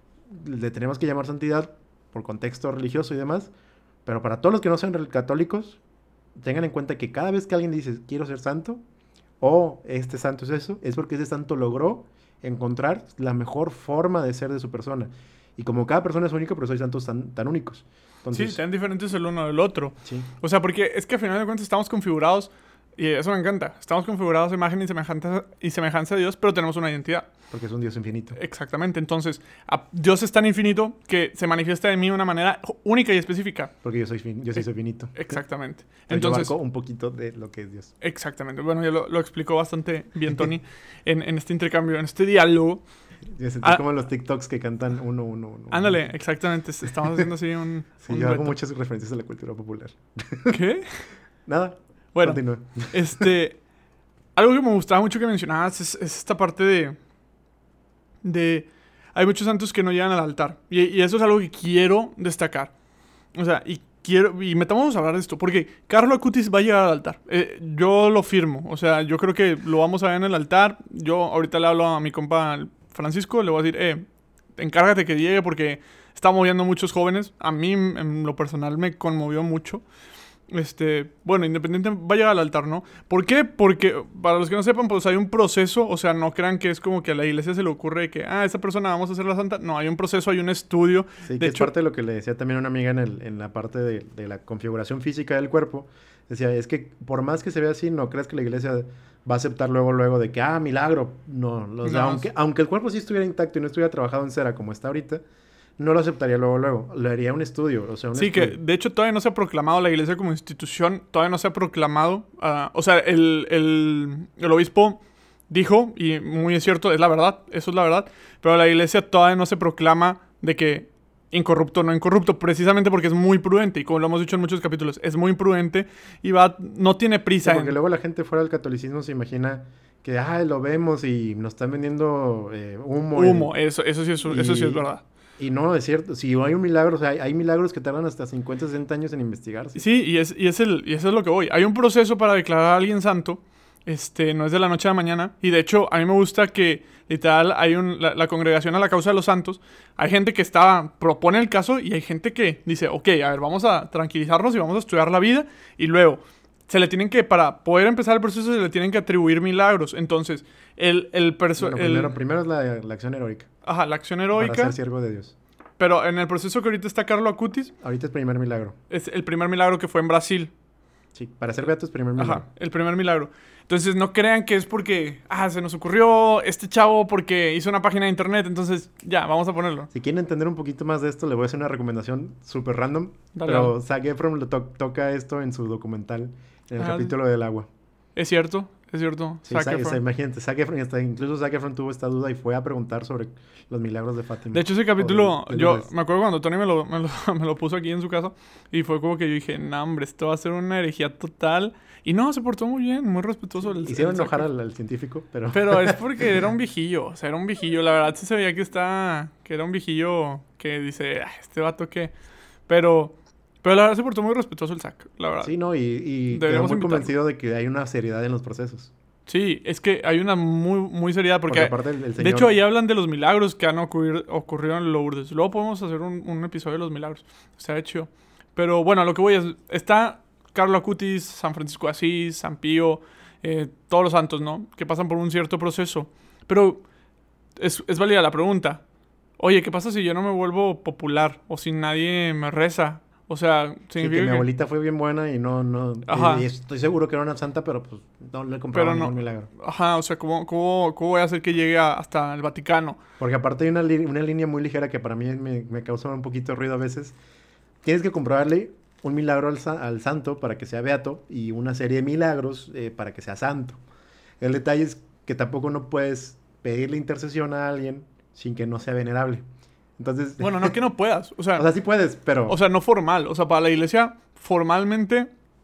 Le tenemos que llamar santidad por contexto religioso y demás, pero para todos los que no sean católicos, tengan en cuenta que cada vez que alguien dice quiero ser santo, o este santo es eso, es porque ese santo logró encontrar la mejor forma de ser de su persona. Y como cada persona es única, pero hay santos tan, tan únicos. Entonces, sí, sean diferentes el uno del otro. Sí. O sea, porque es que al final de cuentas estamos configurados, y eso me encanta, estamos configurados a imagen y semejanza, y semejanza de Dios, pero tenemos una identidad. Porque es un Dios infinito. Exactamente. Entonces, a, Dios es tan infinito que se manifiesta en mí de una manera única y específica. Porque yo soy, fin, yo sí soy finito. Exactamente. Entonces, Entonces yo abarco un poquito de lo que es Dios. Exactamente. Bueno, ya lo, lo explicó bastante bien Tony en, en este intercambio, en este diálogo. Yo sentí ah, como los TikToks que cantan uno, uno, uno. Ándale, uno. Exactamente. Estamos haciendo así un... Sí, un yo reto. hago muchas referencias a la cultura popular. ¿Qué? Nada. Bueno, continúa. este... Algo que me gustaba mucho que mencionabas es, es esta parte de... de... Hay muchos santos que no llegan al altar. Y, y eso es algo que quiero destacar. O sea, y quiero... Y metamos a hablar de esto. Porque Carlo Acutis va a llegar al altar. Eh, yo lo firmo. O sea, yo creo que lo vamos a ver en el altar. Yo ahorita le hablo a mi compa Francisco. Le voy a decir, eh, encárgate que llegue porque está moviendo muchos jóvenes. A mí, en lo personal, me conmovió mucho. Este, bueno, independiente, va a llegar al altar, ¿no? ¿Por qué? Porque, para los que no sepan, pues hay un proceso, o sea, no crean que es como que a la iglesia se le ocurre que, ah, esa persona vamos a hacer la santa. No, hay un proceso, hay un estudio. Sí, de que hecho, es parte de lo que le decía también a una amiga en, el, en la parte de, de la configuración física del cuerpo. Decía, es que por más que se vea así, no creas que la iglesia va a aceptar luego, luego de que, ah, milagro. No, o sea, no, aunque, aunque el cuerpo sí estuviera intacto y no estuviera trabajado en cera como está ahorita, no lo aceptaría luego, luego. Le haría un estudio, o sea, un Sí, estudio. que de hecho todavía no se ha proclamado la iglesia como institución, todavía no se ha proclamado, uh, o sea, el, el, el obispo dijo, y muy es cierto, es la verdad, eso es la verdad, pero la iglesia todavía no se proclama de que incorrupto o no incorrupto, precisamente porque es muy prudente, y como lo hemos dicho en muchos capítulos, es muy prudente y va, no tiene prisa. Sí, porque en... luego la gente fuera del catolicismo se imagina que ah, lo vemos y nos están vendiendo eh, humo. Humo, y, eso, eso, sí es, y, eso sí es verdad. Y no, es cierto. Si hay un milagro, o sea, hay, hay milagros que tardan hasta cincuenta, sesenta años en investigarse. Sí, y, es, y, es el, y eso es lo que voy. Hay un proceso para declarar a alguien santo. Este, no es de la noche a la mañana. Y de hecho, a mí me gusta que, literal, hay un, la, la congregación a la causa de los santos. Hay gente que está, propone el caso y hay gente que dice, ok, a ver, vamos a tranquilizarnos y vamos a estudiar la vida. Y luego, se le tienen que, para poder empezar el proceso, se le tienen que atribuir milagros. Entonces, el... el, perso- bueno, el primero, primero es la, la acción heroica. Ajá, la acción heroica. Para ser siervo de Dios. Pero en el proceso que ahorita está Carlo Acutis, Ahorita es primer milagro. es el primer milagro que fue en Brasil. Sí, para ser beato es primer milagro. Ajá, el primer milagro. Entonces no crean que es porque, ah, se nos ocurrió este chavo porque hizo una página de internet, entonces ya, vamos a ponerlo. Si quieren entender un poquito más de esto, le voy a hacer una recomendación súper random. Dale, pero dale. Zac Efron lo to- toca esto en su documental, en el Ah, capítulo del agua. Es cierto, es cierto. Sí, Zac Zac- Efron. o sea, imagínate, Zac Efron, hasta incluso Zac Efron tuvo esta duda y fue a preguntar sobre los milagros de Fátima. De hecho, ese capítulo, O de- de yo Lourdes. me acuerdo cuando Tony me lo, me, lo, me lo puso aquí en su casa y fue como que yo dije, no, hombre, esto va a ser una herejía total. Y no, se portó muy bien, muy respetuoso. El, Hicieron el Zac enojar Efron. al, al científico, pero... Pero es porque era un viejillo, o sea, era un viejillo. La verdad sí se veía que está, que era un viejillo que dice, "Ah, este vato qué". Pero, pero la verdad se portó muy respetuoso el Zac, la verdad. Sí, no, y, y quedó Deberíamos muy invitarlo. convencido de que hay una seriedad en los procesos. Sí, es que hay una muy, muy seriedad porque, Porque aparte el, el señor... de hecho ahí hablan de los milagros que han ocurrido, ocurrido en Lourdes. Luego podemos hacer un, un episodio de los milagros. Está hecho. Pero bueno, a lo que voy es, está Carlo Acutis, San Francisco de Asís, San Pío, eh, todos los santos, ¿no? Que pasan por un cierto proceso. Pero es, es válida la pregunta. Oye, ¿qué pasa si yo no me vuelvo popular? O si nadie me reza. O sea, Sí, significa que mi que- abuelita fue bien buena y no... no Ajá. y estoy seguro que era una santa, pero pues no le compraba Pero no. ningún milagro. Ajá, o sea, ¿cómo, cómo, cómo voy a hacer que llegue a- hasta el Vaticano? Porque aparte hay una, li- una línea muy ligera que para mí me, me causa un poquito de ruido a veces. Tienes que comprobarle un milagro al, sa- al santo para que sea beato y una serie de milagros eh, para que sea santo. El detalle es que tampoco no puedes pedirle intercesión a alguien sin que no sea venerable. Entonces, Bueno, no que no puedas. O sea, o sea, sí puedes, pero... o sea, no formal. O sea, para la iglesia, formalmente.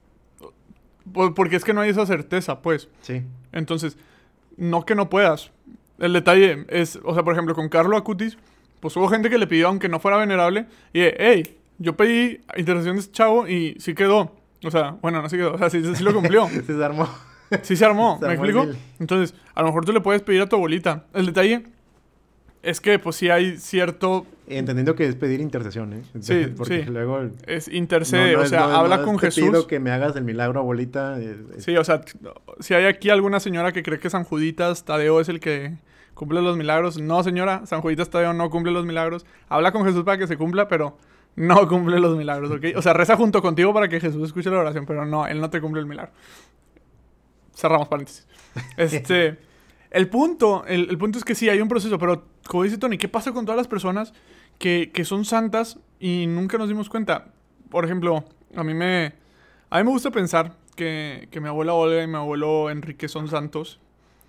po- Porque es que no hay esa certeza, pues. sí. Entonces, no que no puedas. El detalle es, o sea, por ejemplo, con Carlo Acutis, pues hubo gente que le pidió, aunque no fuera venerable, y, hey, yo pedí intercesión de este chavo y sí quedó. O sea, bueno, no sí quedó, o sea, sí, sí lo cumplió. Se desarmó. Sí se armó, Se ¿me armó el explico? deal. Entonces, a lo mejor tú le puedes pedir a tu abuelita. El detalle es que, pues sí hay cierto... Entendiendo que es pedir intercesión, ¿eh? Sí, Porque sí. luego... Es intercede, no, no o es- sea, no es- habla no es con te Jesús. pido que me hagas el milagro, abuelita. eh, eh, Sí, o sea, t- si hay aquí alguna señora que cree que San Juditas Tadeo es el que cumple los milagros, no, señora, San Juditas Tadeo no cumple los milagros. Habla con Jesús para que se cumpla, pero no cumple los milagros, ¿ok? O sea, reza junto contigo para que Jesús escuche la oración, pero no, él no te cumple el milagro. Cerramos paréntesis. Este, el punto, el, el punto es que sí, hay un proceso, pero como dice Tony, ¿qué pasa con todas las personas que, que son santas y nunca nos dimos cuenta? Por ejemplo, a mí me, a mí me gusta pensar que, que mi abuela Olga y mi abuelo Enrique son santos.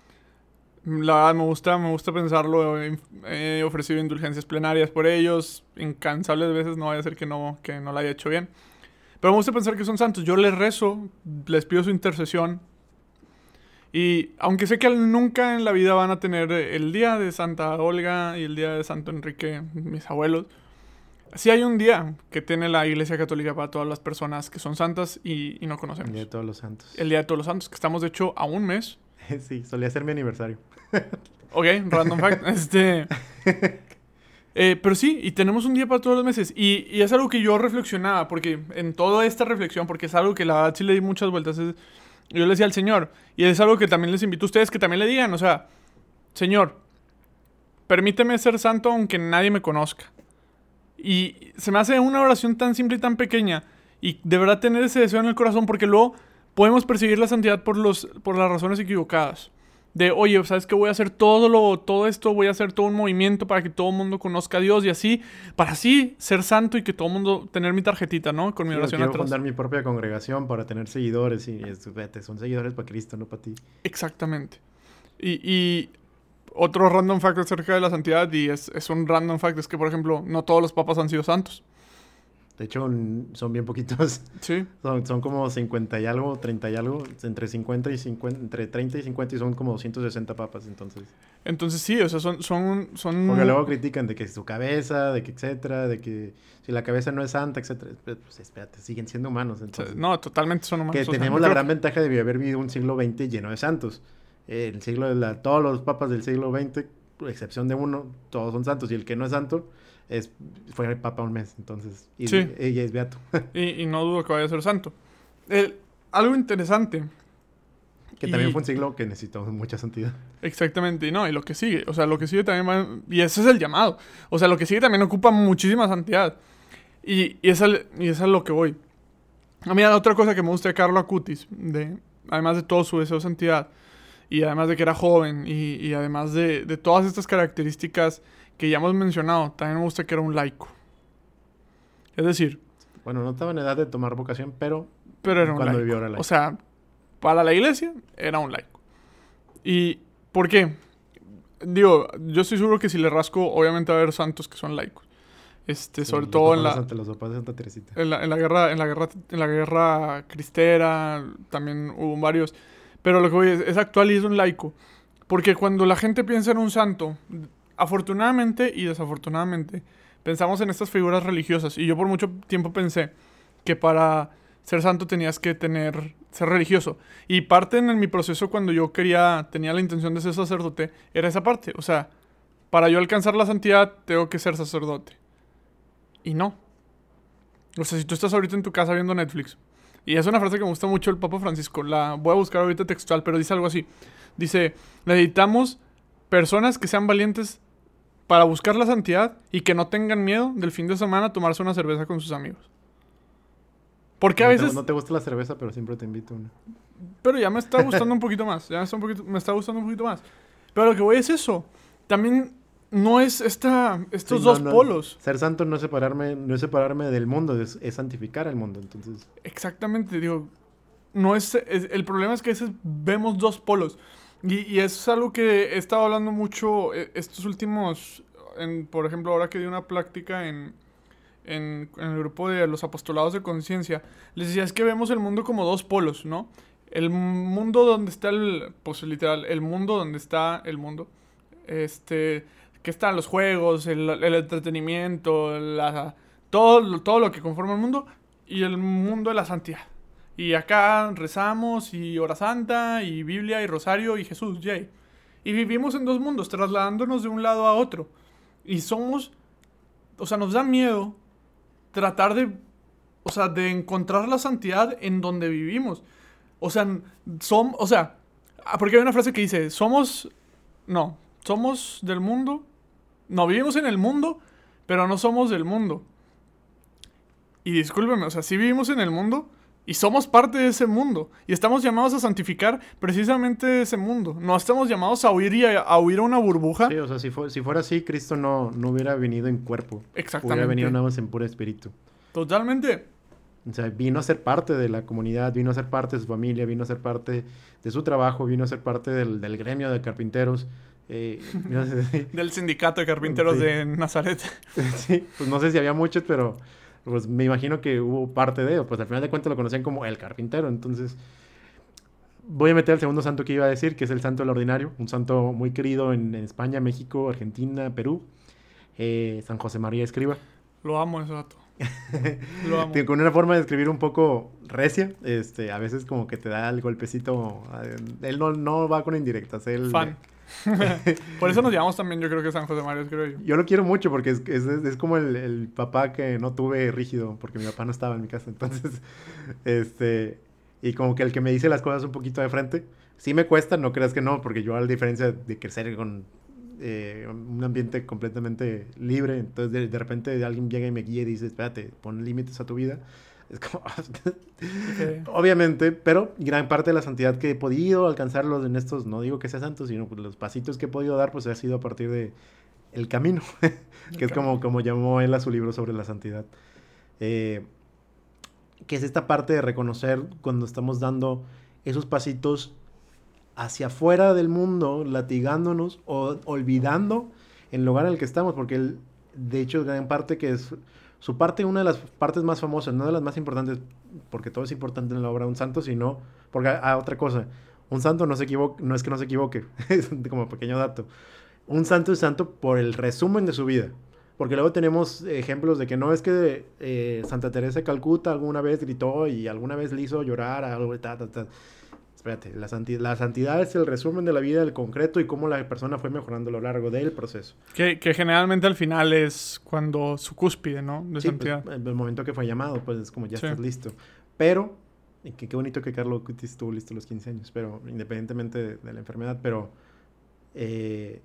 La verdad me gusta, me gusta pensarlo. He, he ofrecido indulgencias plenarias por ellos, incansables veces, no vaya a ser que no, que no la haya hecho bien. Pero me gusta pensar que son santos. Yo les rezo, les pido su intercesión. Y aunque sé que nunca en la vida van a tener el día de Santa Olga y el día de Santo Enrique, mis abuelos, sí hay un día que tiene la Iglesia Católica para todas las personas que son santas y, y no conocemos. El día de todos los santos. El Día de Todos los Santos, que estamos de hecho a un mes. Sí, solía ser mi aniversario. Ok, random fact. Este... Eh, pero sí, y tenemos un día para todos los meses. Y, y es algo que yo reflexionaba, porque en toda esta reflexión, porque es algo que la verdad sí le di muchas vueltas, es- yo le decía al Señor, y es algo que también les invito a ustedes que también le digan, o sea, Señor, permíteme ser santo aunque nadie me conozca. Y se me hace una oración tan simple y tan pequeña, y de verdad tener ese deseo en el corazón, porque luego podemos perseguir la santidad por, los, por las razones equivocadas. De, oye, ¿sabes qué? Voy a hacer todo lo, todo esto, voy a hacer todo un movimiento para que todo el mundo conozca a Dios y así, para así ser santo y que todo el mundo, tener mi tarjetita, ¿no? Con mi Sí, oración quiero atrás. fundar mi propia congregación para tener seguidores y es- vete, son seguidores para Cristo, no para ti. Exactamente. Y, y otro random fact acerca de la santidad, y es, es un random fact, es que, por ejemplo, no todos los papas han sido santos. De hecho, son bien poquitos. Sí. Son, son como cincuenta y algo, treinta y algo. Entre cincuenta y cincuenta, entre treinta y cincuenta y son como doscientas sesenta papas, entonces. Entonces sí, o sea, son... son, son... Porque luego critican de que su cabeza, de que etcétera, de que si la cabeza no es santa, etcétera. Pues espérate, siguen siendo humanos. Entonces. No, totalmente son humanos. Que o sea, tenemos no la creo gran que... ventaja de haber vivido un siglo veinte lleno de santos. Eh, el siglo de la, todos los papas del siglo veinte, a excepción de uno, todos son santos. Y el que no es santo... Es, fue el papa un mes, entonces. Y Sí. ella es beato. y, y no dudo que vaya a ser santo. El, algo interesante. Que y, también fue un siglo que necesitó mucha santidad. Exactamente, y no, y lo que sigue. O sea, lo que sigue también va. Y ese es el llamado. O sea, lo que sigue también ocupa muchísima santidad. Y, y, es, al, y es a lo que voy. A mí, la otra cosa que me gusta de Carlo Acutis, de, además de todo su deseo de santidad, y además de que era joven, y, y además de, de todas estas características que ya hemos mencionado, también me gusta que era un laico. Es decir... Bueno, no estaba en edad de tomar vocación, pero... Pero era un cuando laico. vivió era laico. O sea, para la iglesia era un laico. ¿Y por qué? Digo, yo estoy seguro que si le rasco, obviamente va a haber santos que son laicos. Este, sí, sobre todo en la, Santa, los papás de Santa Teresita. En la, en la guerra, en la guerra, en la guerra cristera, también hubo varios. Pero lo que voy es, es actual y es un laico. Porque cuando la gente piensa en un santo... Afortunadamente y desafortunadamente pensamos en estas figuras religiosas y yo por mucho tiempo pensé que para ser santo tenías que tener ser religioso y parte en mi proceso cuando yo quería tenía la intención de ser sacerdote era esa parte, o sea, para yo alcanzar la santidad tengo que ser sacerdote y no, o sea, si tú estás ahorita en tu casa viendo Netflix y es una frase que me gusta mucho el Papa Francisco, la voy a buscar ahorita textual, pero dice algo así, dice, necesitamos personas que sean valientes para buscar la santidad y que no tengan miedo del fin de semana a tomarse una cerveza con sus amigos. Porque no a veces... Te, no te gusta la cerveza, pero siempre te invito una. Pero ya me está gustando un poquito más. Ya me está, un poquito, me está gustando un poquito más. Pero lo que voy es eso. También no es esta, estos sí, no, dos no, polos. Ser santo no es separarme, no es separarme del mundo, es, es santificar el mundo. Entonces... Exactamente, digo. No es, es... El problema es que a veces vemos dos polos. Y, y es algo que he estado hablando mucho estos últimos, en, por ejemplo, ahora que di una práctica en, en, en el grupo de los apostolados de conciencia, les decía, es que vemos el mundo como dos polos, ¿no? El mundo donde está el, pues literal, el mundo donde está el mundo, este, que están los juegos, el, el entretenimiento, la, todo, todo lo que conforma el mundo, y el mundo de la santidad. Y acá rezamos y hora santa y Biblia y rosario y Jesús, yay. Y vivimos en dos mundos, trasladándonos de un lado a otro. Y somos, o sea, nos da miedo tratar de, o sea, de encontrar la santidad en donde vivimos. O sea, son, o sea, porque hay una frase que dice, somos, no, somos del mundo, no, vivimos en el mundo, pero no somos del mundo. Y discúlpeme, o sea, sí vivimos en el mundo, y somos parte de ese mundo. Y estamos llamados a santificar precisamente ese mundo. No estamos llamados a huir y a, a huir a una burbuja. Sí, o sea, si, fu- si fuera así, Cristo no, no hubiera venido en cuerpo. Exactamente. Hubiera venido nada más en puro espíritu. Totalmente. O sea, vino a ser parte de la comunidad, vino a ser parte de su familia, vino a ser parte de su trabajo, vino a ser parte del, del gremio de carpinteros. Eh, no sé, Del sindicato de carpinteros sí. de Nazaret. Sí, pues no sé si había muchos, pero... Pues me imagino que hubo parte de, pues al final de cuentas lo conocían como el carpintero, entonces voy a meter el segundo santo que iba a decir, que es el santo del ordinario, un santo muy querido en, en España, México, Argentina, Perú, eh, San José María Escriba. Lo amo ese dato. Lo amo. Con una forma de escribir un poco recia, este, a veces como que te da el golpecito, él no, no va con indirectas, él... Fan. Por eso nos llamamos también, yo creo que San José María, creo yo. Yo lo quiero mucho porque es, es, es como el, el papá que no tuve rígido, porque mi papá no estaba en mi casa, entonces, este, y como que el que me dice las cosas un poquito de frente, sí me cuesta, no creas que no, porque yo a la diferencia de crecer con eh, un ambiente completamente libre, entonces de, de repente alguien llega y me guía y dice, espérate, pon límites a tu vida. Es como... okay. Obviamente, pero gran parte de la santidad que he podido alcanzarlos en estos, no digo que sea santo, sino pues los pasitos que he podido dar, pues ha sido a partir de el camino, que el es camino. Como, como llamó él a su libro sobre la santidad. Eh, que es esta parte de reconocer cuando estamos dando esos pasitos hacia afuera del mundo, latigándonos o olvidando el lugar en el que estamos, porque él, de hecho, gran parte que es Su parte, una de las partes más famosas, no de las más importantes, porque todo es importante en la obra de un santo, sino, porque, ah, otra cosa, un santo no se equivoca, no es que no se equivoque, es como pequeño dato. Un santo es santo por el resumen de su vida. Porque luego tenemos ejemplos de que no es que eh, Santa Teresa de Calcuta alguna vez gritó y alguna vez le hizo llorar a algo, ta, ta, ta. Espérate, la, santi la santidad es el resumen de la vida del concreto y cómo la persona fue mejorando a lo largo del proceso. Que, que generalmente al final es cuando su cúspide, ¿no? De sí, santidad. Pues, el momento que fue llamado, pues es como ya sí. estás listo. Pero, y que, qué bonito que Carlo Acutis estuvo listo a los quince años, pero independientemente de, de la enfermedad, pero... Eh,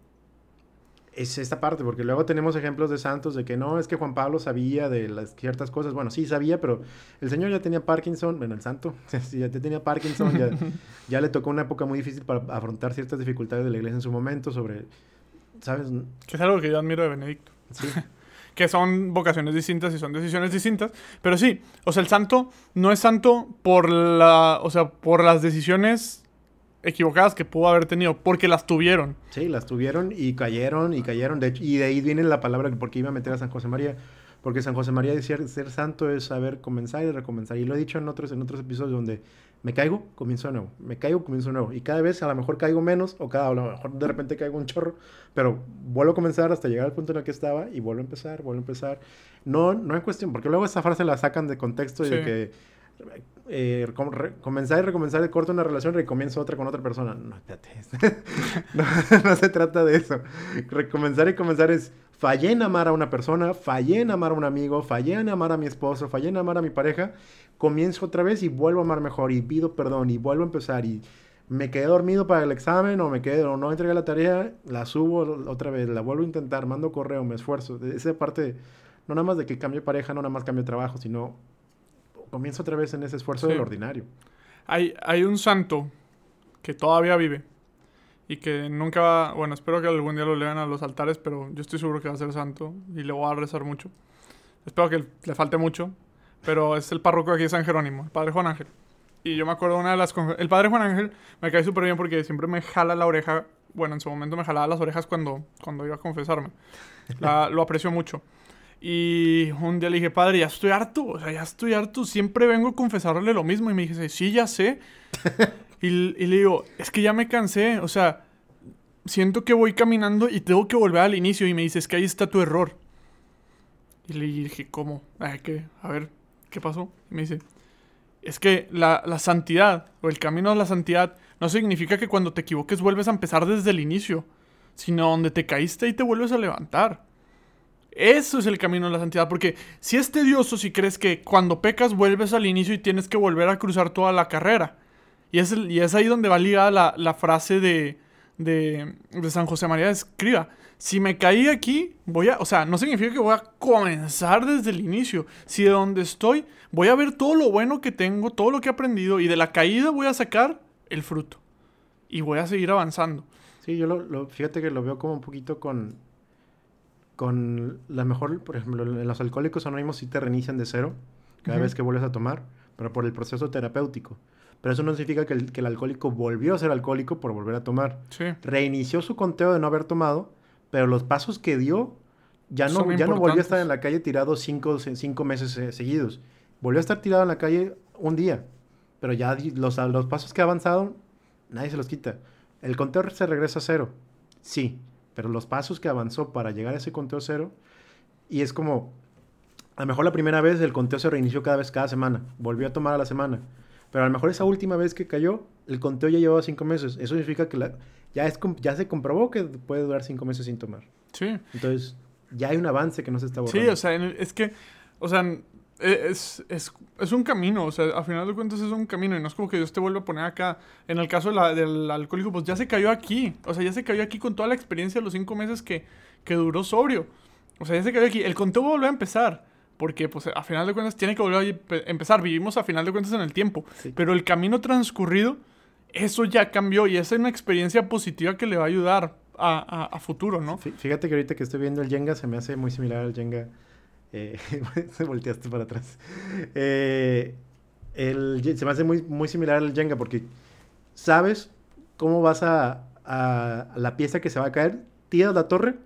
es esta parte, porque luego tenemos ejemplos de santos de que no, es que Juan Pablo sabía de las ciertas cosas. Bueno, sí sabía, pero el señor ya tenía Parkinson, bueno, el santo, sí, ya tenía Parkinson, ya, ya le tocó una época muy difícil para afrontar ciertas dificultades de la iglesia en su momento sobre, ¿sabes? Que es algo que yo admiro de Benedicto. Sí. Que son vocaciones distintas y son decisiones distintas. Pero sí, o sea, el santo no es santo por la, o sea, por las decisiones equivocadas que pudo haber tenido, porque las tuvieron. Sí, las tuvieron y cayeron y cayeron. De hecho, y de ahí viene la palabra porque iba a meter a San José María. Porque San José María decía ser santo es saber comenzar y recomenzar. Y lo he dicho en otros, en otros episodios donde me caigo, comienzo de nuevo. Me caigo, comienzo de nuevo. Y cada vez a lo mejor caigo menos o cada, a lo mejor de repente caigo un chorro. Pero vuelvo a comenzar hasta llegar al punto en el que estaba y vuelvo a empezar, vuelvo a empezar. No, no es cuestión, porque luego esa frase la sacan de contexto y sí. de que... Eh, com comenzar y recomenzar, corto una relación y recomienzo otra con otra persona. No, espérate. no, no se trata de eso. Recomenzar y comenzar es fallé en amar a una persona, fallé en amar a un amigo, fallé en amar a mi esposo, fallé en amar a mi pareja. Comienzo otra vez y vuelvo a amar mejor y pido perdón y vuelvo a empezar y me quedé dormido para el examen o me quedé o no entregué la tarea, la subo otra vez, la vuelvo a intentar, mando correo, me esfuerzo. Esa parte, no nada más de que cambie pareja, no nada más cambie trabajo, sino comienzo otra vez en ese esfuerzo sí. del ordinario. Hay, hay un santo que todavía vive y que nunca va... Bueno, espero que algún día lo lean a los altares, pero yo estoy seguro que va a ser santo y le voy a rezar mucho. Espero que le falte mucho, pero es el párroco aquí de San Jerónimo, el Padre Juan Ángel. Y yo me acuerdo una de las... El Padre Juan Ángel me cae súper bien porque siempre me jala la oreja. Bueno, en su momento me jalaba las orejas cuando, cuando iba a confesarme. La, lo aprecio mucho. Y un día le dije, padre, ya estoy harto, o sea, ya estoy harto, siempre vengo a confesarle lo mismo. Y me dice, sí, ya sé. y, y le digo, es que ya me cansé, o sea, siento que voy caminando y tengo que volver al inicio. Y me dice, es que ahí está tu error. Y le dije, ¿cómo? Ay, ¿qué? A ver, ¿qué pasó? Y me dice, es que la, la santidad, o el camino a la santidad, no significa que cuando te equivoques vuelves a empezar desde el inicio, sino donde te caíste y te vuelves a levantar. Eso es el camino a la santidad, porque si es tedioso si crees que cuando pecas vuelves al inicio y tienes que volver a cruzar toda la carrera. Y es, el, y es ahí donde va ligada la, la frase de, de, de San José María de Escriba. Si me caí aquí, voy a... O sea, no significa que voy a comenzar desde el inicio. Si de donde estoy, voy a ver todo lo bueno que tengo, todo lo que he aprendido, y de la caída voy a sacar el fruto. Y voy a seguir avanzando. Sí, yo lo, lo fíjate que lo veo como un poquito con... Con la mejor, por ejemplo, en los alcohólicos anónimos sí te reinician de cero cada uh-huh. vez que vuelves a tomar, pero por el proceso terapéutico. Pero eso no significa que el, que el alcohólico volvió a ser alcohólico por volver a tomar. Sí. Reinició su conteo de no haber tomado, pero los pasos que dio ya no, ya no volvió a estar en la calle tirado cinco, cinco meses eh, seguidos. Volvió a estar tirado en la calle un día, pero ya los, los pasos que ha avanzado, nadie se los quita. El conteo se regresa a cero, sí. Pero los pasos que avanzó para llegar a ese conteo cero, y es como, a lo mejor la primera vez el conteo se reinició cada vez, cada semana, volvió a tomar a la semana, pero a lo mejor esa última vez que cayó, el conteo ya llevaba cinco meses. Eso significa que la, ya, es, ya se comprobó que puede durar cinco meses sin tomar. Sí. Entonces, ya hay un avance que no se está borrando. Sí, o sea, es que, o sea, es, es, es un camino, o sea, a final de cuentas es un camino y no es como que Dios te vuelva a poner acá. En el caso de la, del alcohólico, pues ya se cayó aquí, o sea, ya se cayó aquí con toda la experiencia de los cinco meses que, que duró sobrio. O sea, ya se cayó aquí. El conteo volvió a empezar, porque pues a final de cuentas tiene que volver a empezar. Vivimos a final de cuentas en el tiempo, sí. Pero el camino transcurrido, eso ya cambió y esa es una experiencia positiva que le va a ayudar a, a, a futuro, ¿no? Fíjate que ahorita que estoy viendo el Jenga, se me hace muy similar al Jenga. Eh, se volteaste para atrás. Eh, el, se me hace muy, muy similar al Jenga porque sabes cómo vas a, a, a la pieza que se va a caer, tiras la torre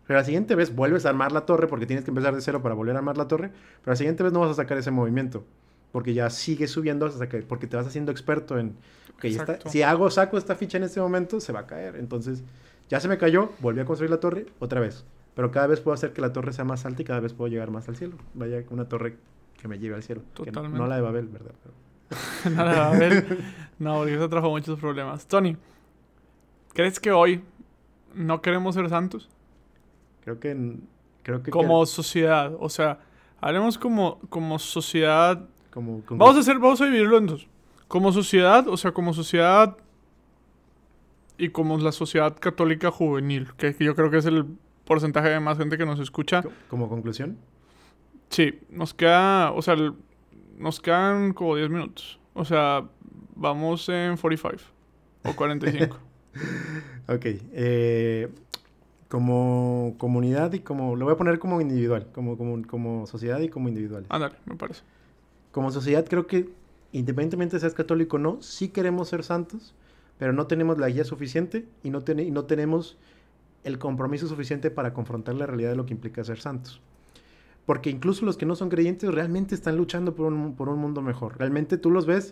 Pero la siguiente vez vuelves a armar la torre porque tienes que empezar de cero para volver a armar la torre. Pero la siguiente vez no vas a sacar ese movimiento. Porque ya sigues subiendo hasta que, porque te vas haciendo experto en... Okay, está, si hago, saco esta ficha en este momento, se va a caer. Entonces, ya se me cayó, volví a construir la torre otra vez. Pero cada vez puedo hacer que la torre sea más alta y cada vez puedo llegar más al cielo. Vaya, una torre que me lleve al cielo. Totalmente. Que no la de Babel, ¿verdad? Pero... no la de Babel. No, porque eso trajo muchos problemas. Tony, ¿crees que hoy no queremos ser santos? Creo que... Creo que como que... sociedad. O sea, hablemos como, como sociedad... Como, como... Vamos a hacer, vamos a dividirlo en dos. Como sociedad, o sea, como sociedad... Y como la sociedad católica juvenil. Que yo creo que es el porcentaje de más gente que nos escucha. ¿Como conclusión? Sí, nos queda... O sea, nos quedan como diez minutos. O sea, vamos en cuarenta y cinco. O cuarenta y cinco. Ok. Eh... Como comunidad y como... Lo voy a poner como individual. Como, como, como sociedad y como individual. Ándale, me parece. Como sociedad creo que, independientemente de seas católico o no, sí queremos ser santos, pero no tenemos la guía suficiente y no, ten- y no tenemos el compromiso suficiente para confrontar la realidad de lo que implica ser santos. Porque incluso los que no son creyentes realmente están luchando por un, por un mundo mejor. Realmente tú los ves...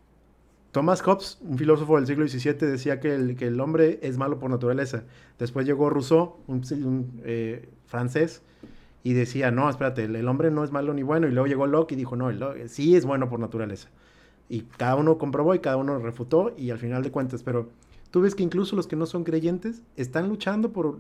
Thomas Hobbes, un filósofo del siglo diecisiete, decía que el, que el hombre es malo por naturaleza. Después llegó Rousseau, un, un eh, francés, y decía, no, espérate, el, el hombre no es malo ni bueno. Y luego llegó Locke y dijo, no, el, sí es bueno por naturaleza. Y cada uno comprobó y cada uno refutó, y al final de cuentas, pero tú ves que incluso los que no son creyentes están luchando por...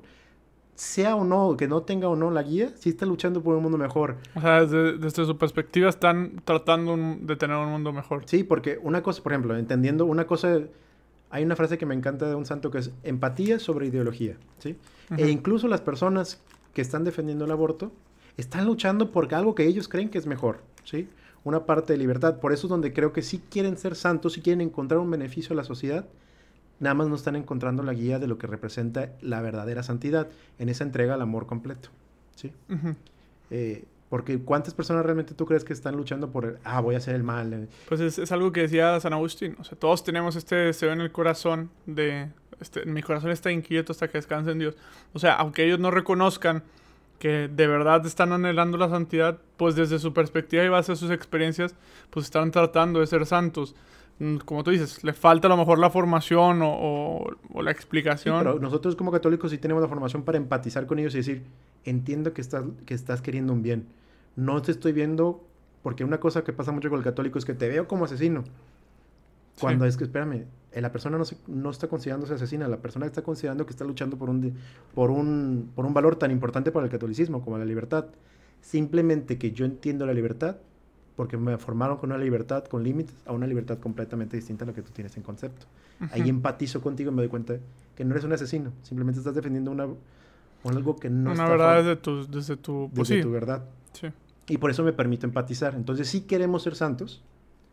sea o no, que no tenga o no la guía, sí está luchando por un mundo mejor. O sea, desde, desde su perspectiva están tratando un, de tener un mundo mejor. Sí, porque una cosa, por ejemplo, entendiendo una cosa, hay una frase que me encanta de un santo que es empatía sobre ideología, ¿sí? Uh-huh. E incluso las personas que están defendiendo el aborto están luchando por algo que ellos creen que es mejor, ¿sí? Una parte de libertad. Por eso es donde creo que sí quieren ser santos, sí quieren encontrar un beneficio a la sociedad. Nada más no están encontrando la guía de lo que representa la verdadera santidad en esa entrega al amor completo, ¿sí? Uh-huh. Eh, porque ¿cuántas personas realmente tú crees que están luchando por, ah, voy a hacer el mal? Pues es, es algo que decía San Agustín. O sea, todos tenemos este deseo en el corazón de, este, mi corazón está inquieto hasta que descanse en Dios. O sea, aunque ellos no reconozcan que de verdad están anhelando la santidad, pues desde su perspectiva y base a sus experiencias, pues están tratando de ser santos. Como tú dices, le falta a lo mejor la formación o, o, o la explicación. Sí, pero nosotros como católicos sí tenemos la formación para empatizar con ellos y decir, entiendo que estás, que estás queriendo un bien. No te estoy viendo, porque una cosa que pasa mucho con el católico es que te veo como asesino. Cuando sí. Es que, espérame, la persona no, se, no está considerándose asesina, la persona está considerando que está luchando por un, por, un, por un valor tan importante para el catolicismo como la libertad. Simplemente que yo entiendo la libertad porque me formaron con una libertad con límites a una libertad completamente distinta a lo que tú tienes en concepto. Uh-huh. Ahí empatizo contigo y me doy cuenta que no eres un asesino, simplemente estás defendiendo una, algo que no una está... Una verdad desde tu, desde tu... Pues desde sí. tu verdad. Sí. Y por eso me permito empatizar. Entonces, si queremos ser santos,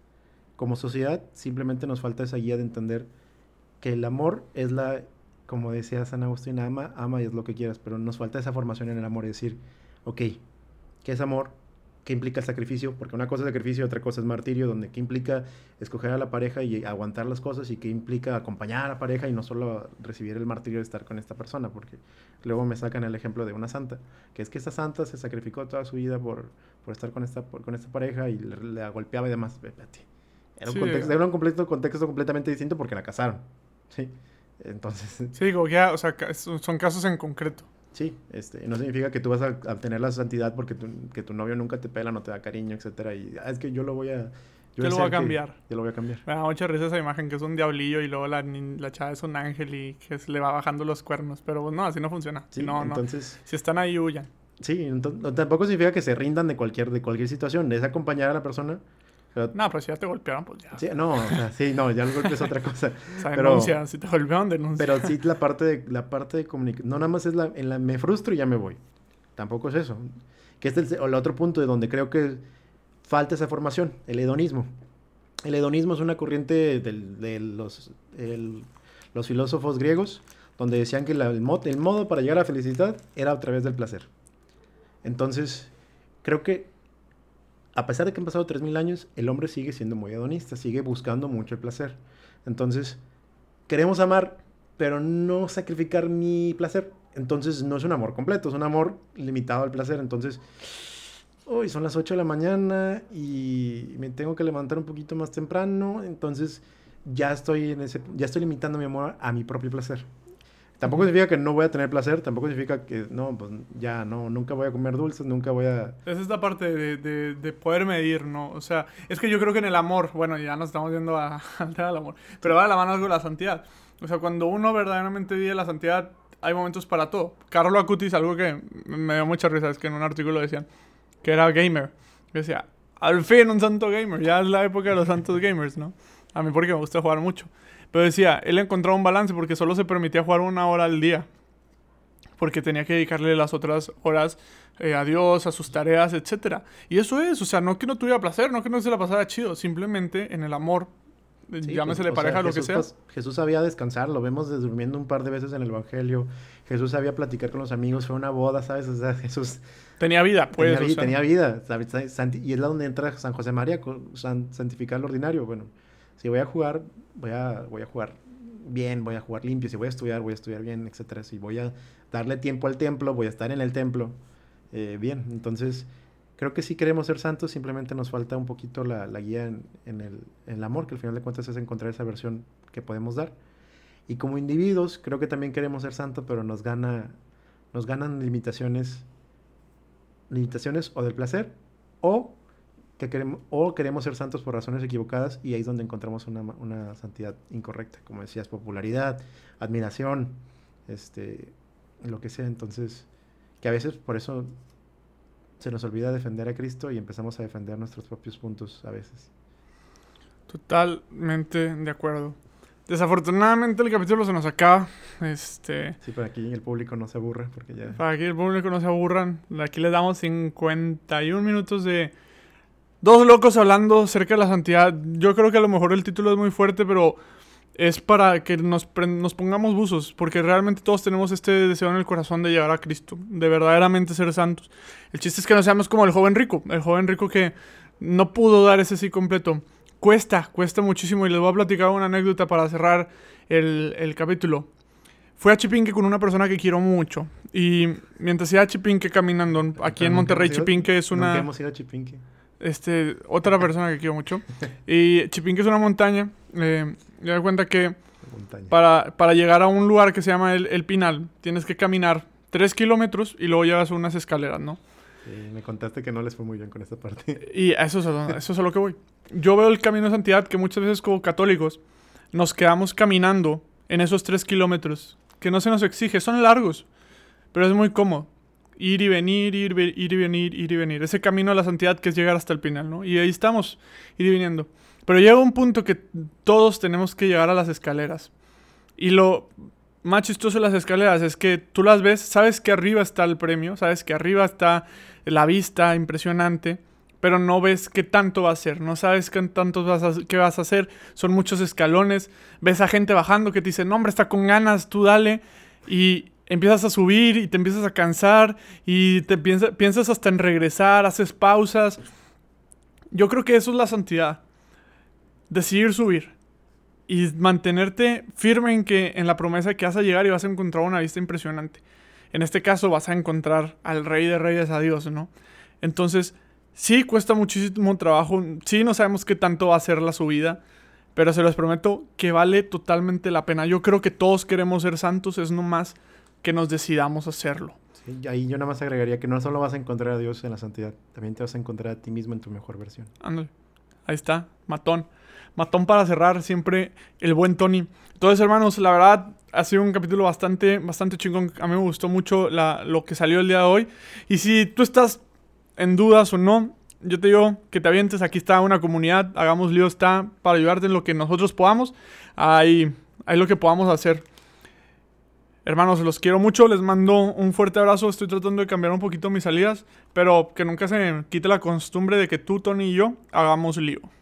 como sociedad, simplemente nos falta esa guía de entender que el amor es la... Como decía San Agustín, ama, ama y es lo que quieras, pero nos falta esa formación en el amor y decir, ok, ¿qué es amor? ¿Qué implica el sacrificio? Porque una cosa es sacrificio y otra cosa es martirio, donde qué implica escoger a la pareja y aguantar las cosas y qué implica acompañar a la pareja y no solo recibir el martirio de estar con esta persona, porque luego me sacan el ejemplo de una santa, que es que esta santa se sacrificó toda su vida por, por estar con esta, por, con esta pareja y le, le golpeaba y demás. Era un, sí, contexto, era un completo, contexto completamente distinto porque la casaron, ¿sí? Entonces... Sí, digo, ya, o sea, son casos en concreto. Sí, este, no significa que tú vas a obtener la santidad porque tu, que tu novio nunca te pela, no te da cariño, etcétera. Y ah, es que yo lo voy a... Yo lo voy a cambiar. Yo lo voy a cambiar. Me da mucha risa esa imagen que es un diablillo y luego la, la chava es un ángel y que se le va bajando los cuernos. Pero no, así no funciona. Sí, no, entonces... No. Si están ahí, huyan. Sí, entonces, tampoco significa que se rindan de cualquier, de cualquier situación. Es acompañar a la persona... Pero, no, pero si ya te golpearon, pues ya. Sí, no, o sea, sí, no, ya el golpe es otra cosa. O sea, pero, denuncia, si te golpearon, denuncia. Pero sí la parte de, la parte de comunicación, no nada más es la, en la, me frustro y ya me voy. Tampoco es eso. Que este es el, el otro punto de donde creo que falta esa formación, el hedonismo. El hedonismo es una corriente de, de los, el, los filósofos griegos, donde decían que la, el, mod, el modo para llegar a la felicidad era a través del placer. Entonces, creo que a pesar de que han pasado tres mil años, el hombre sigue siendo muy hedonista, sigue buscando mucho el placer. Entonces, queremos amar, pero no sacrificar mi placer. Entonces no es un amor completo, es un amor limitado al placer. Entonces, hoy son las ocho de la mañana y me tengo que levantar un poquito más temprano, entonces ya estoy en ese, ya estoy limitando mi amor a mi propio placer. Tampoco significa que no voy a tener placer, tampoco significa que no, pues ya no, nunca voy a comer dulces, nunca voy a... Es esta parte de, de, de poder medir, ¿no? O sea, es que yo creo que en el amor, bueno, ya nos estamos yendo a- al tema del amor, pero va de la mano con la santidad. O sea, cuando uno verdaderamente vive la santidad, hay momentos para todo. Carlo Acutis, algo que me dio mucha risa, es que en un artículo decían que era gamer. Que decía, al fin un santo gamer, ya es la época de los santos gamers, ¿no? A mí porque me gusta jugar mucho. Pero decía, él encontraba un balance porque solo se permitía jugar una hora al día. Porque tenía que dedicarle las otras horas eh, a Dios, a sus tareas, etcétera. Y eso es, o sea, no que no tuviera placer, no que no se la pasara chido, simplemente en el amor, eh, Sí, llámesele pues, o pareja, sea, lo que Jesús, sea. pas- Jesús sabía descansar, lo vemos de- durmiendo un par de veces en el Evangelio. Jesús sabía platicar con los amigos, fue una boda, ¿sabes? O sea, Jesús Tenía vida, pues, tenía, o vi- sea. tenía vida, ¿sabes? Santi- Y es la donde entra San José María, con- san- santificar lo ordinario. Bueno, si voy a jugar, voy a, voy a jugar bien, voy a jugar limpio. Si voy a estudiar, voy a estudiar bien, etcétera. Si voy a darle tiempo al templo, voy a estar en el templo, eh, bien. Entonces, creo que sí queremos ser santos, simplemente nos falta un poquito la, la guía en, en el, en el amor, que al final de cuentas es encontrar esa versión que podemos dar. Y como individuos, creo que también queremos ser santos, pero nos gana, nos ganan limitaciones, limitaciones o del placer, o que queremos, o queremos ser santos por razones equivocadas, y ahí es donde encontramos una, ma- una santidad incorrecta, como decías, popularidad, admiración, este, lo que sea. Entonces, que a veces por eso se nos olvida defender a Cristo y empezamos a defender nuestros propios puntos a veces. Totalmente de acuerdo. Desafortunadamente el capítulo se nos acaba. Este, Sí, para aquí el público no se aburre porque ya... para que el público no se aburran, aquí les damos cincuenta y un minutos de dos locos hablando acerca de la santidad. Yo creo que a lo mejor el título es muy fuerte, pero es para que nos, pre- nos pongamos buzos, porque realmente todos tenemos este deseo en el corazón de llegar a Cristo, de verdaderamente ser santos. El chiste es que no seamos como el joven rico, el joven rico que no pudo dar ese sí completo. Cuesta, cuesta muchísimo, y les voy a platicar una anécdota para cerrar el, el capítulo. Fui a Chipinque con una persona que quiero mucho, y mientras iba a Chipinque caminando, aquí en Nunca Monterrey, hemos ido- Chipinque es Nunca una... hemos ido a Chipinque. Este, otra persona que quiero mucho. Y Chipinque es una montaña. Eh, me doy cuenta que Montaña. para, para llegar a un lugar que se llama el, el Pinal, tienes que caminar tres kilómetros y luego llegas a unas escaleras, ¿no? Sí, me contaste que no les fue muy bien con esta parte. Y a eso es a, eso es a lo que voy. Yo veo el camino de santidad que muchas veces como católicos nos quedamos caminando en esos tres kilómetros, que no se nos exige, son largos, pero es muy cómodo. Ir y venir, ir, ve- ir y venir, ir y venir. Ese camino a la santidad que es llegar hasta el final, ¿no? Y ahí estamos, ir y viniendo. Pero llega un punto que todos tenemos que llegar a las escaleras. Y lo más chistoso de las escaleras es que tú las ves, sabes que arriba está el premio, sabes que arriba está la vista impresionante, pero no ves qué tanto va a ser, no sabes qué tanto vas a, qué vas a hacer. Son muchos escalones, ves a gente bajando que te dice, no hombre, está con ganas, tú dale. Y empiezas a subir y te empiezas a cansar y te piensa, piensas hasta en regresar, haces pausas. Yo creo que eso es la santidad. Decidir subir y mantenerte firme en que en la promesa que vas a llegar y vas a encontrar una vista impresionante. En este caso vas a encontrar al Rey de Reyes, a Dios, ¿no? Entonces, sí cuesta muchísimo trabajo, sí no sabemos qué tanto va a ser la subida, pero se los prometo que vale totalmente la pena. Yo creo que todos queremos ser santos, es nomás que nos decidamos hacerlo. Sí, y ahí yo nada más agregaría que no solo vas a encontrar a Dios en la santidad, también te vas a encontrar a ti mismo en tu mejor versión. Ándale. Ahí está, matón. Matón para cerrar, siempre el buen Tony. Entonces, hermanos, la verdad ha sido un capítulo bastante, bastante chingón. A mí me gustó mucho la, lo que salió el día de hoy. Y si tú estás en dudas o no, yo te digo que te avientes. Aquí está una comunidad. Hagamos lío, está para ayudarte en lo que nosotros podamos. Ahí, ahí lo que podamos hacer. Hermanos, los quiero mucho. Les mando un fuerte abrazo. Estoy tratando de cambiar un poquito mis salidas, pero que nunca se me quite la costumbre de que tú, Tony y yo hagamos lío.